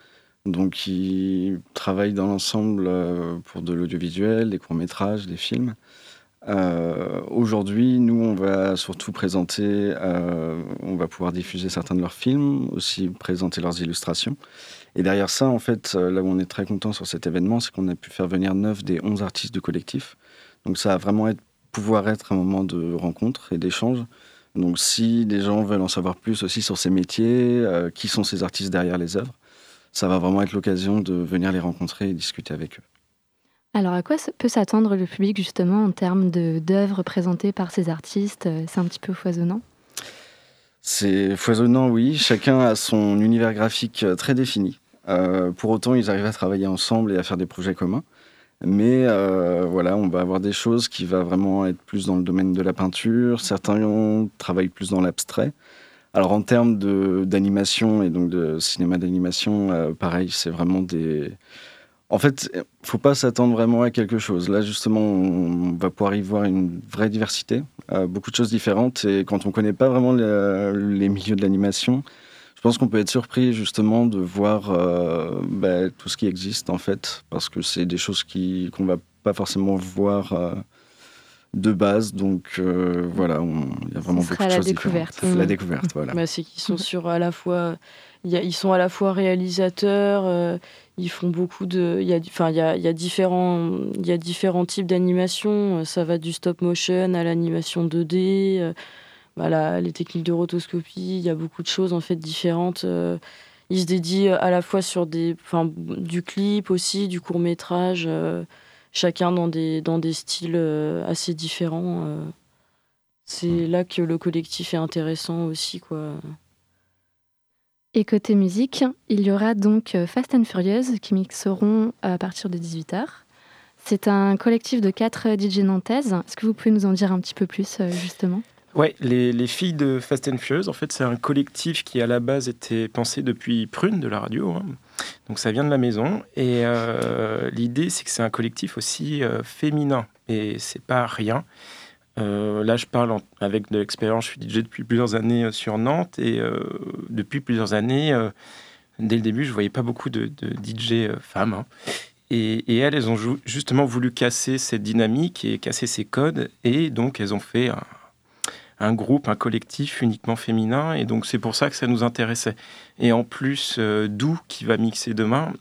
Donc, qui travaillent dans l'ensemble euh, pour de l'audiovisuel, des courts-métrages, des films. Euh, aujourd'hui, nous, on va surtout présenter, euh, on va pouvoir diffuser certains de leurs films, aussi présenter leurs illustrations. Et derrière ça, en fait, là où on est très content sur cet événement, c'est qu'on a pu faire venir neuf des onze artistes du collectif. Donc ça va vraiment être, pouvoir être un moment de rencontre et d'échange. Donc si des gens veulent en savoir plus aussi sur ces métiers, euh, qui sont ces artistes derrière les œuvres, ça va vraiment être l'occasion de venir les rencontrer et discuter avec eux. Alors, à quoi peut s'attendre le public, justement, en termes de, d'œuvres présentées par ces artistes ? C'est un petit peu foisonnant ? C'est foisonnant, oui. Chacun a son univers graphique très défini. Euh, pour autant, ils arrivent à travailler ensemble et à faire des projets communs. Mais euh, voilà, on va avoir des choses qui vont vraiment être plus dans le domaine de la peinture. Certains travaillent plus dans l'abstrait. Alors, en termes de, d'animation et donc de cinéma d'animation, euh, pareil, c'est vraiment des... En fait, il ne faut pas s'attendre vraiment à quelque chose. Là, justement, on va pouvoir y voir une vraie diversité, euh, beaucoup de choses différentes. Et quand on ne connaît pas vraiment les, les milieux de l'animation, je pense qu'on peut être surpris, justement, de voir euh, bah, tout ce qui existe, en fait, parce que c'est des choses qui, qu'on ne va pas forcément voir euh, de base. Donc, euh, voilà, il y a vraiment Ce beaucoup sera de la choses découverte. différentes. Mmh. La découverte, voilà. Bah, c'est qu'ils sont sur à la fois... Y a, ils sont à la fois réalisateurs, euh, ils font beaucoup de... Il y a, enfin, il y a, il y a différents, il y a différents types d'animation. Ça va du stop motion à l'animation deux D, euh, voilà, les techniques de rotoscopie. Il y a beaucoup de choses en fait différentes. Euh, ils se dédient à la fois sur des, enfin, du clip aussi, du court-métrage, euh, chacun dans des, dans des styles euh, assez différents. Euh. C'est là que le collectif est intéressant aussi, quoi. Et côté musique, il y aura donc Fast and Furious qui mixeront à partir de dix-huit heures. C'est un collectif de quatre D J nantaises. Est-ce que vous pouvez nous en dire un petit peu plus, justement ? Ouais, les, les filles de Fast and Furious, en fait, c'est un collectif qui, à la base, était pensé depuis Prune, de la radio. Hein. Donc, ça vient de la maison. Et euh, l'idée, c'est que c'est un collectif aussi euh, féminin. Et c'est pas rien. Euh, là, je parle en, avec de l'expérience. Je suis D J depuis plusieurs années euh, sur Nantes. Et euh, depuis plusieurs années, euh, dès le début, je ne voyais pas beaucoup de, de D J euh, femmes. Hein. Et, et elles, elles ont jou- justement voulu casser cette dynamique et casser ces codes. Et donc, elles ont fait un, un groupe, un collectif uniquement féminin. Et donc, c'est pour ça que ça nous intéressait. Et en plus, euh, Dou, qui va mixer demain,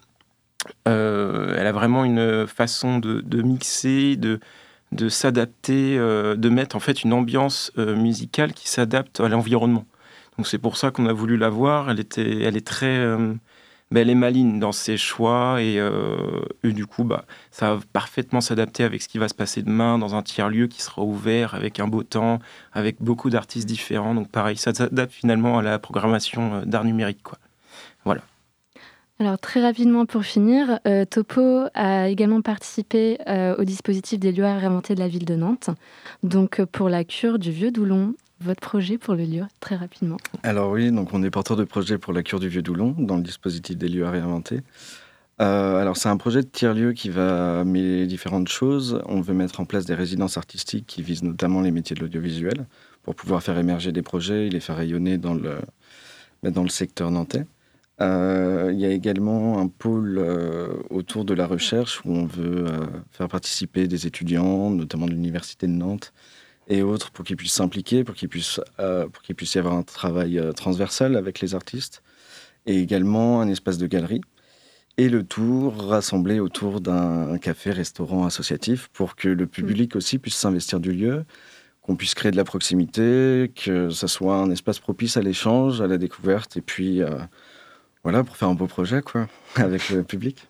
euh, elle a vraiment une façon de, de mixer, de... de s'adapter, euh, de mettre en fait une ambiance euh, musicale qui s'adapte à l'environnement. Donc c'est pour ça qu'on a voulu la voir. Elle était, elle est très, euh, ben, elle est maligne dans ses choix et, euh, et du coup, bah, ça va parfaitement s'adapter avec ce qui va se passer demain dans un tiers-lieu qui sera ouvert avec un beau temps, avec beaucoup d'artistes différents. Donc pareil, ça s'adapte finalement à la programmation d'art numérique, quoi. Voilà. Alors très rapidement pour finir, euh, Topo a également participé euh, au dispositif des lieux à réinventer de la ville de Nantes. Donc euh, pour la cure du Vieux Doulon, votre projet pour le lieu, très rapidement. Alors oui, donc on est porteur de projet pour la cure du Vieux Doulon dans le dispositif des lieux à réinventer. Euh, alors c'est un projet de tiers-lieu qui va mêler différentes choses. On veut mettre en place des résidences artistiques qui visent notamment les métiers de l'audiovisuel pour pouvoir faire émerger des projets et les faire rayonner dans le, dans le secteur nantais. Euh, il y a également un pôle euh, autour de la recherche où on veut euh, faire participer des étudiants, notamment de l'Université de Nantes et autres, pour qu'ils puissent s'impliquer, pour qu'il puisse, euh, pour qu'il puisse y avoir un travail euh, transversal avec les artistes, et également un espace de galerie. Et le tout rassemblé autour d'un café-restaurant associatif pour que le public aussi puisse s'investir du lieu, qu'on puisse créer de la proximité, que ça soit un espace propice à l'échange, à la découverte, et puis... Euh, Voilà, pour faire un beau projet, quoi, avec le public.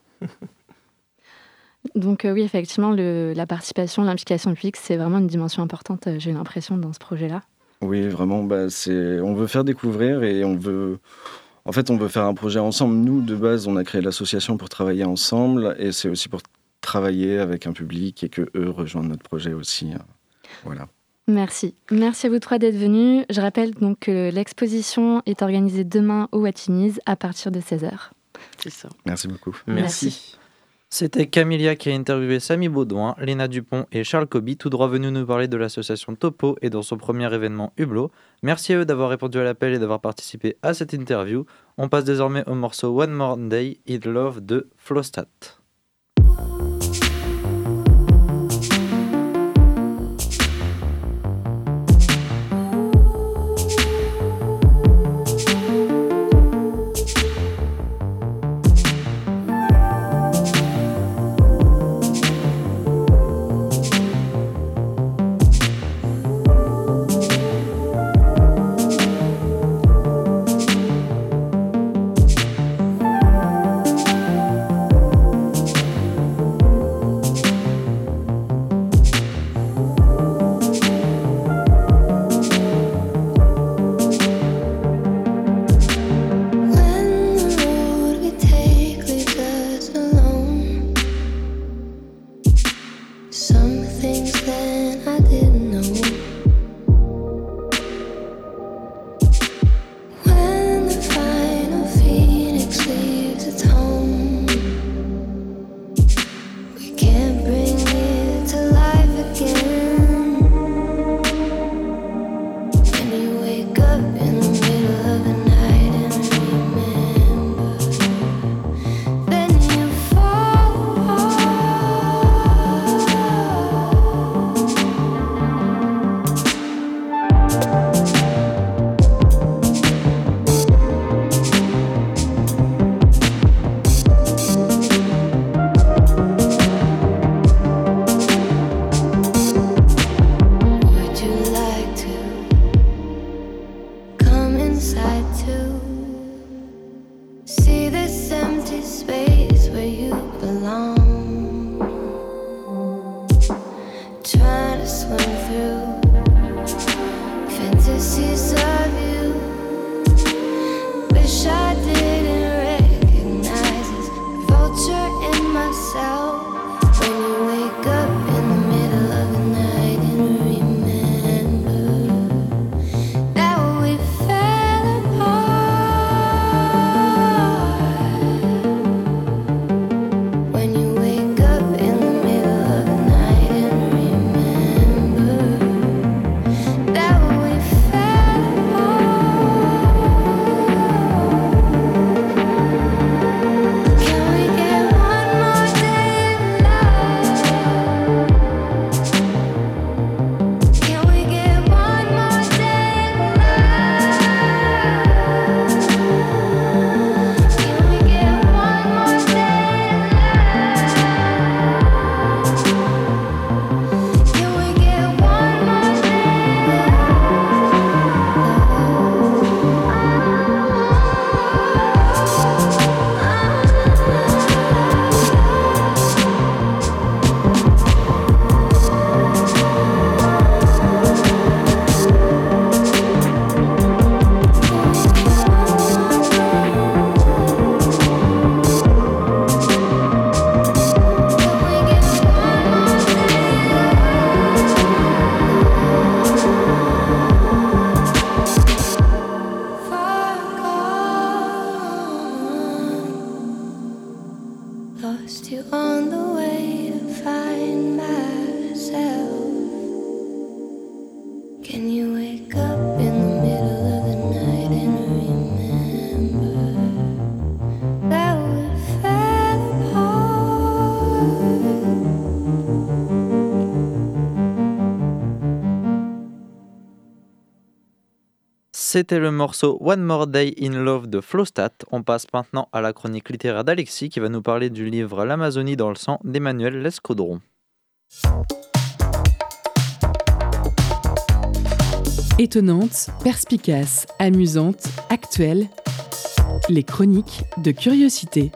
Donc euh, oui, effectivement, le, la participation, l'implication du public, c'est vraiment une dimension importante, euh, j'ai l'impression, dans ce projet-là. Oui, vraiment, bah, c'est... on veut faire découvrir et on veut... En fait, on veut faire un projet ensemble. Nous, de base, on a créé l'association pour travailler ensemble et c'est aussi pour travailler avec un public et qu'eux rejoignent notre projet aussi. Voilà. Merci. Merci à vous trois d'être venus. Je rappelle donc que l'exposition est organisée demain au Watiniz à partir de seize heures. C'est ça. Merci beaucoup. Merci. Merci. C'était Camilia qui a interviewé Samy Baudouin, Léna Dupont et Charles Coby, tout droit venus nous parler de l'association Topo et dans son premier événement Hublot. Merci à eux d'avoir répondu à l'appel et d'avoir participé à cette interview. On passe désormais au morceau One More Day in Love de Flowstat. C'était le morceau One More Day in Love de Flowstat. On passe maintenant à la chronique littéraire d'Alexis qui va nous parler du livre L'Amazonie dans le sang d'Emmanuel Lescaudron. Étonnante, perspicace, amusante, actuelle, les chroniques de curiosité.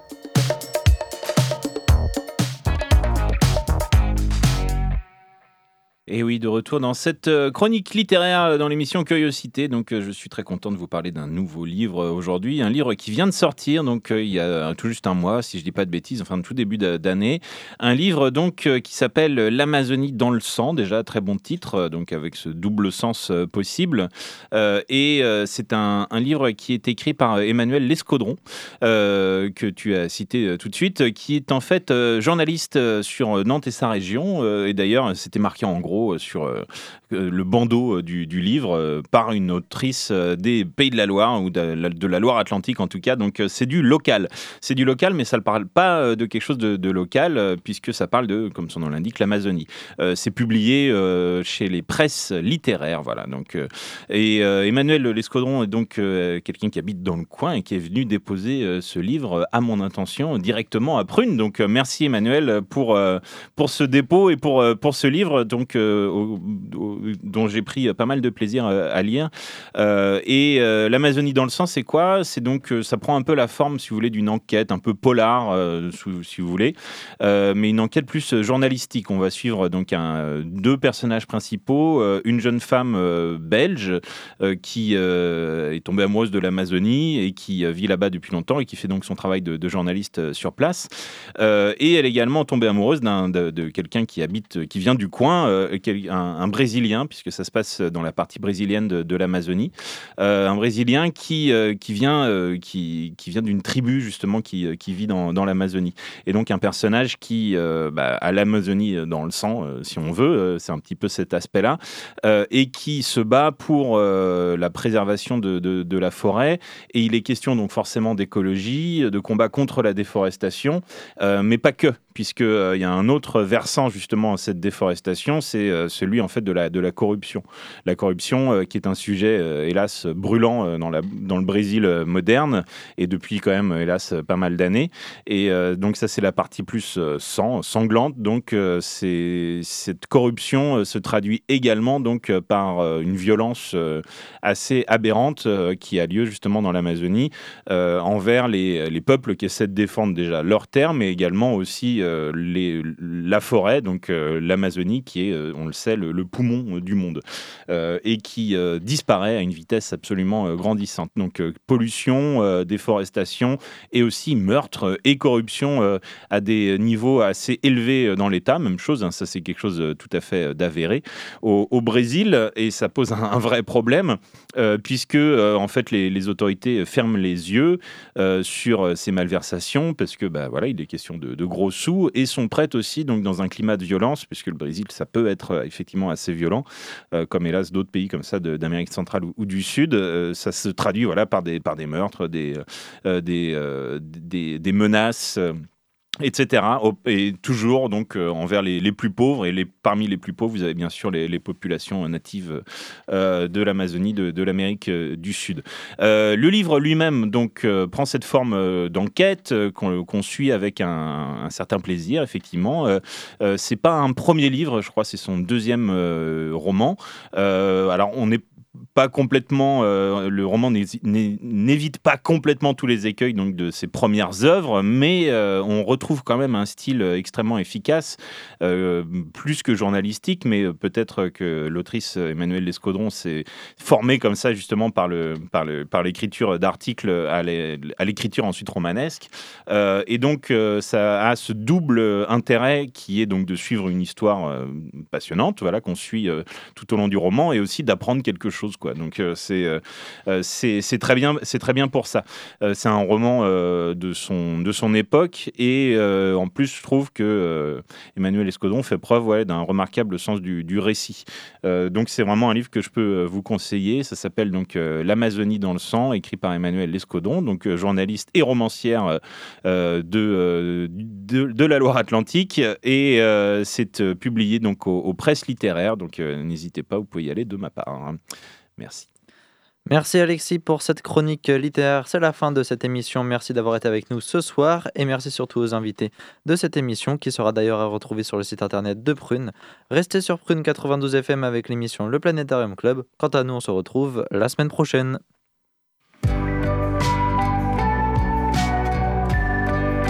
Et oui, de retour dans cette chronique littéraire dans l'émission Curiosité. Donc, je suis très content de vous parler d'un nouveau livre aujourd'hui. Un livre qui vient de sortir, donc il y a tout juste un mois, si je ne dis pas de bêtises, enfin, tout début d'année. Un livre donc qui s'appelle L'Amazonie dans le sang. Déjà, très bon titre, donc avec ce double sens possible. Euh, et euh, c'est un, un livre qui est écrit par Emmanuel Lescaudron, euh, que tu as cité tout de suite, qui est en fait euh, journaliste sur Nantes et sa région. Euh, et d'ailleurs, c'était marqué en gros sur euh, le bandeau du, du livre euh, par une autrice euh, des Pays de la Loire, ou de, de la Loire-Atlantique en tout cas. Donc euh, c'est du local. C'est du local, mais ça ne parle pas de quelque chose de, de local, euh, puisque ça parle de, comme son nom l'indique, l'Amazonie. Euh, c'est publié euh, chez les presses littéraires. Voilà. Donc, euh, et euh, Emmanuel Lescaudron est donc euh, quelqu'un qui habite dans le coin et qui est venu déposer euh, ce livre à mon intention directement à Prune. Donc euh, merci Emmanuel pour, euh, pour ce dépôt et pour, euh, pour ce livre donc, euh, au, au, dont j'ai pris pas mal de plaisir euh, à lire. Euh, et euh, l'Amazonie dans le sang, c'est quoi ? C'est donc, euh, ça prend un peu la forme, si vous voulez, d'une enquête un peu polar, euh, sous, si vous voulez, euh, mais une enquête plus journalistique. On va suivre donc un, deux personnages principaux, euh, une jeune femme euh, belge euh, qui euh, est tombée amoureuse de l'Amazonie et qui euh, vit là-bas depuis longtemps et qui fait donc son travail de, de journaliste euh, sur place. Euh, et elle est également tombée amoureuse d'un, de, de quelqu'un qui habite, qui vient du coin, euh, un, un Brésilien, puisque ça se passe dans la partie brésilienne de, de l'Amazonie. Euh, un Brésilien qui, euh, qui vient, euh, qui, qui vient d'une tribu justement qui, qui vit dans, dans l'Amazonie. Et donc un personnage qui euh, bah, a l'Amazonie dans le sang, euh, si on veut, euh, c'est un petit peu cet aspect-là, euh, et qui se bat pour euh, la préservation de, de, de la forêt. Et il est question donc forcément d'écologie, de combat contre la déforestation, euh, mais pas que, puisqu'il euh, y a un autre versant justement à cette déforestation, c'est euh, celui en fait de la, de la corruption. La corruption euh, qui est un sujet euh, hélas brûlant euh, dans, la, dans le Brésil euh, moderne, et depuis quand même hélas pas mal d'années. Et euh, donc ça c'est la partie plus euh, sang, sanglante. Donc euh, c'est, cette corruption euh, se traduit également donc euh, par euh, une violence euh, assez aberrante euh, qui a lieu justement dans l'Amazonie euh, envers les, les peuples qui essaient de défendre déjà leurs terres, mais également aussi euh, les, la forêt, donc euh, l'Amazonie qui est, euh, on le sait, le, le poumon du monde euh, et qui euh, disparaît à une vitesse absolument euh, grandissante. Donc euh, pollution, euh, déforestation et aussi meurtre et corruption euh, à des niveaux assez élevés dans l'État. Même chose, hein, ça c'est quelque chose euh, tout à fait d'avéré au, au Brésil, et ça pose un, un vrai problème euh, puisque euh, en fait les, les autorités ferment les yeux euh, sur ces malversations parce que bah, voilà, il est question de, de gros sous, et sont prêtes aussi donc dans un climat de violence, puisque le Brésil ça peut être euh, effectivement assez violent, euh, comme hélas d'autres pays comme ça de, d'Amérique centrale ou, ou du Sud. Euh, ça se traduit voilà, par, des, par des meurtres, des, euh, des, euh, des, des menaces, euh, et cetera. Et toujours donc euh, envers les, les plus pauvres, et les, parmi les plus pauvres, vous avez bien sûr les, les populations natives euh, de l'Amazonie, de, de l'Amérique euh, du Sud. Euh, le livre lui-même donc euh, prend cette forme euh, d'enquête euh, qu'on, qu'on suit avec un, un certain plaisir, effectivement. Euh, euh, c'est pas un premier livre, je crois, c'est son deuxième euh, roman. Euh, alors on est pas complètement, euh, le roman n'évite pas complètement tous les écueils donc, de ses premières œuvres, mais euh, on retrouve quand même un style extrêmement efficace, euh, plus que journalistique, mais peut-être que l'autrice Emmanuel Lescaudron s'est formée comme ça justement par, le, par, le, par l'écriture d'articles à, les, à l'écriture ensuite romanesque. Euh, et donc euh, ça a ce double intérêt qui est donc de suivre une histoire euh, passionnante, voilà, qu'on suit euh, tout au long du roman, et aussi d'apprendre quelque chose. Quoi. Donc euh, c'est, euh, c'est, c'est, très bien, c'est très bien pour ça. Euh, c'est un roman euh, de, son, de son époque, et euh, en plus je trouve que euh, Emmanuel Lescaudron fait preuve ouais, d'un remarquable sens du, du récit. Euh, donc c'est vraiment un livre que je peux vous conseiller. Ça s'appelle donc euh, L'Amazonie dans le sang, écrit par Emmanuel Lescaudron, donc euh, journaliste et romancière euh, de, euh, de, de la Loire-Atlantique, et euh, c'est euh, publié donc aux, aux presses littéraires. Donc euh, n'hésitez pas, vous pouvez y aller de ma part. Hein. Merci. Merci Alexis pour cette chronique littéraire. C'est la fin de cette émission. Merci d'avoir été avec nous ce soir, et merci surtout aux invités de cette émission qui sera d'ailleurs à retrouver sur le site internet de Prune. Restez sur Prune quatre-vingt-douze F M avec l'émission Le Planétarium Club. Quant à nous, on se retrouve la semaine prochaine.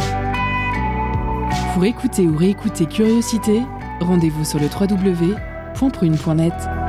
Pour écouter ou réécouter Curiosité, rendez-vous sur le w w w point point prune point net.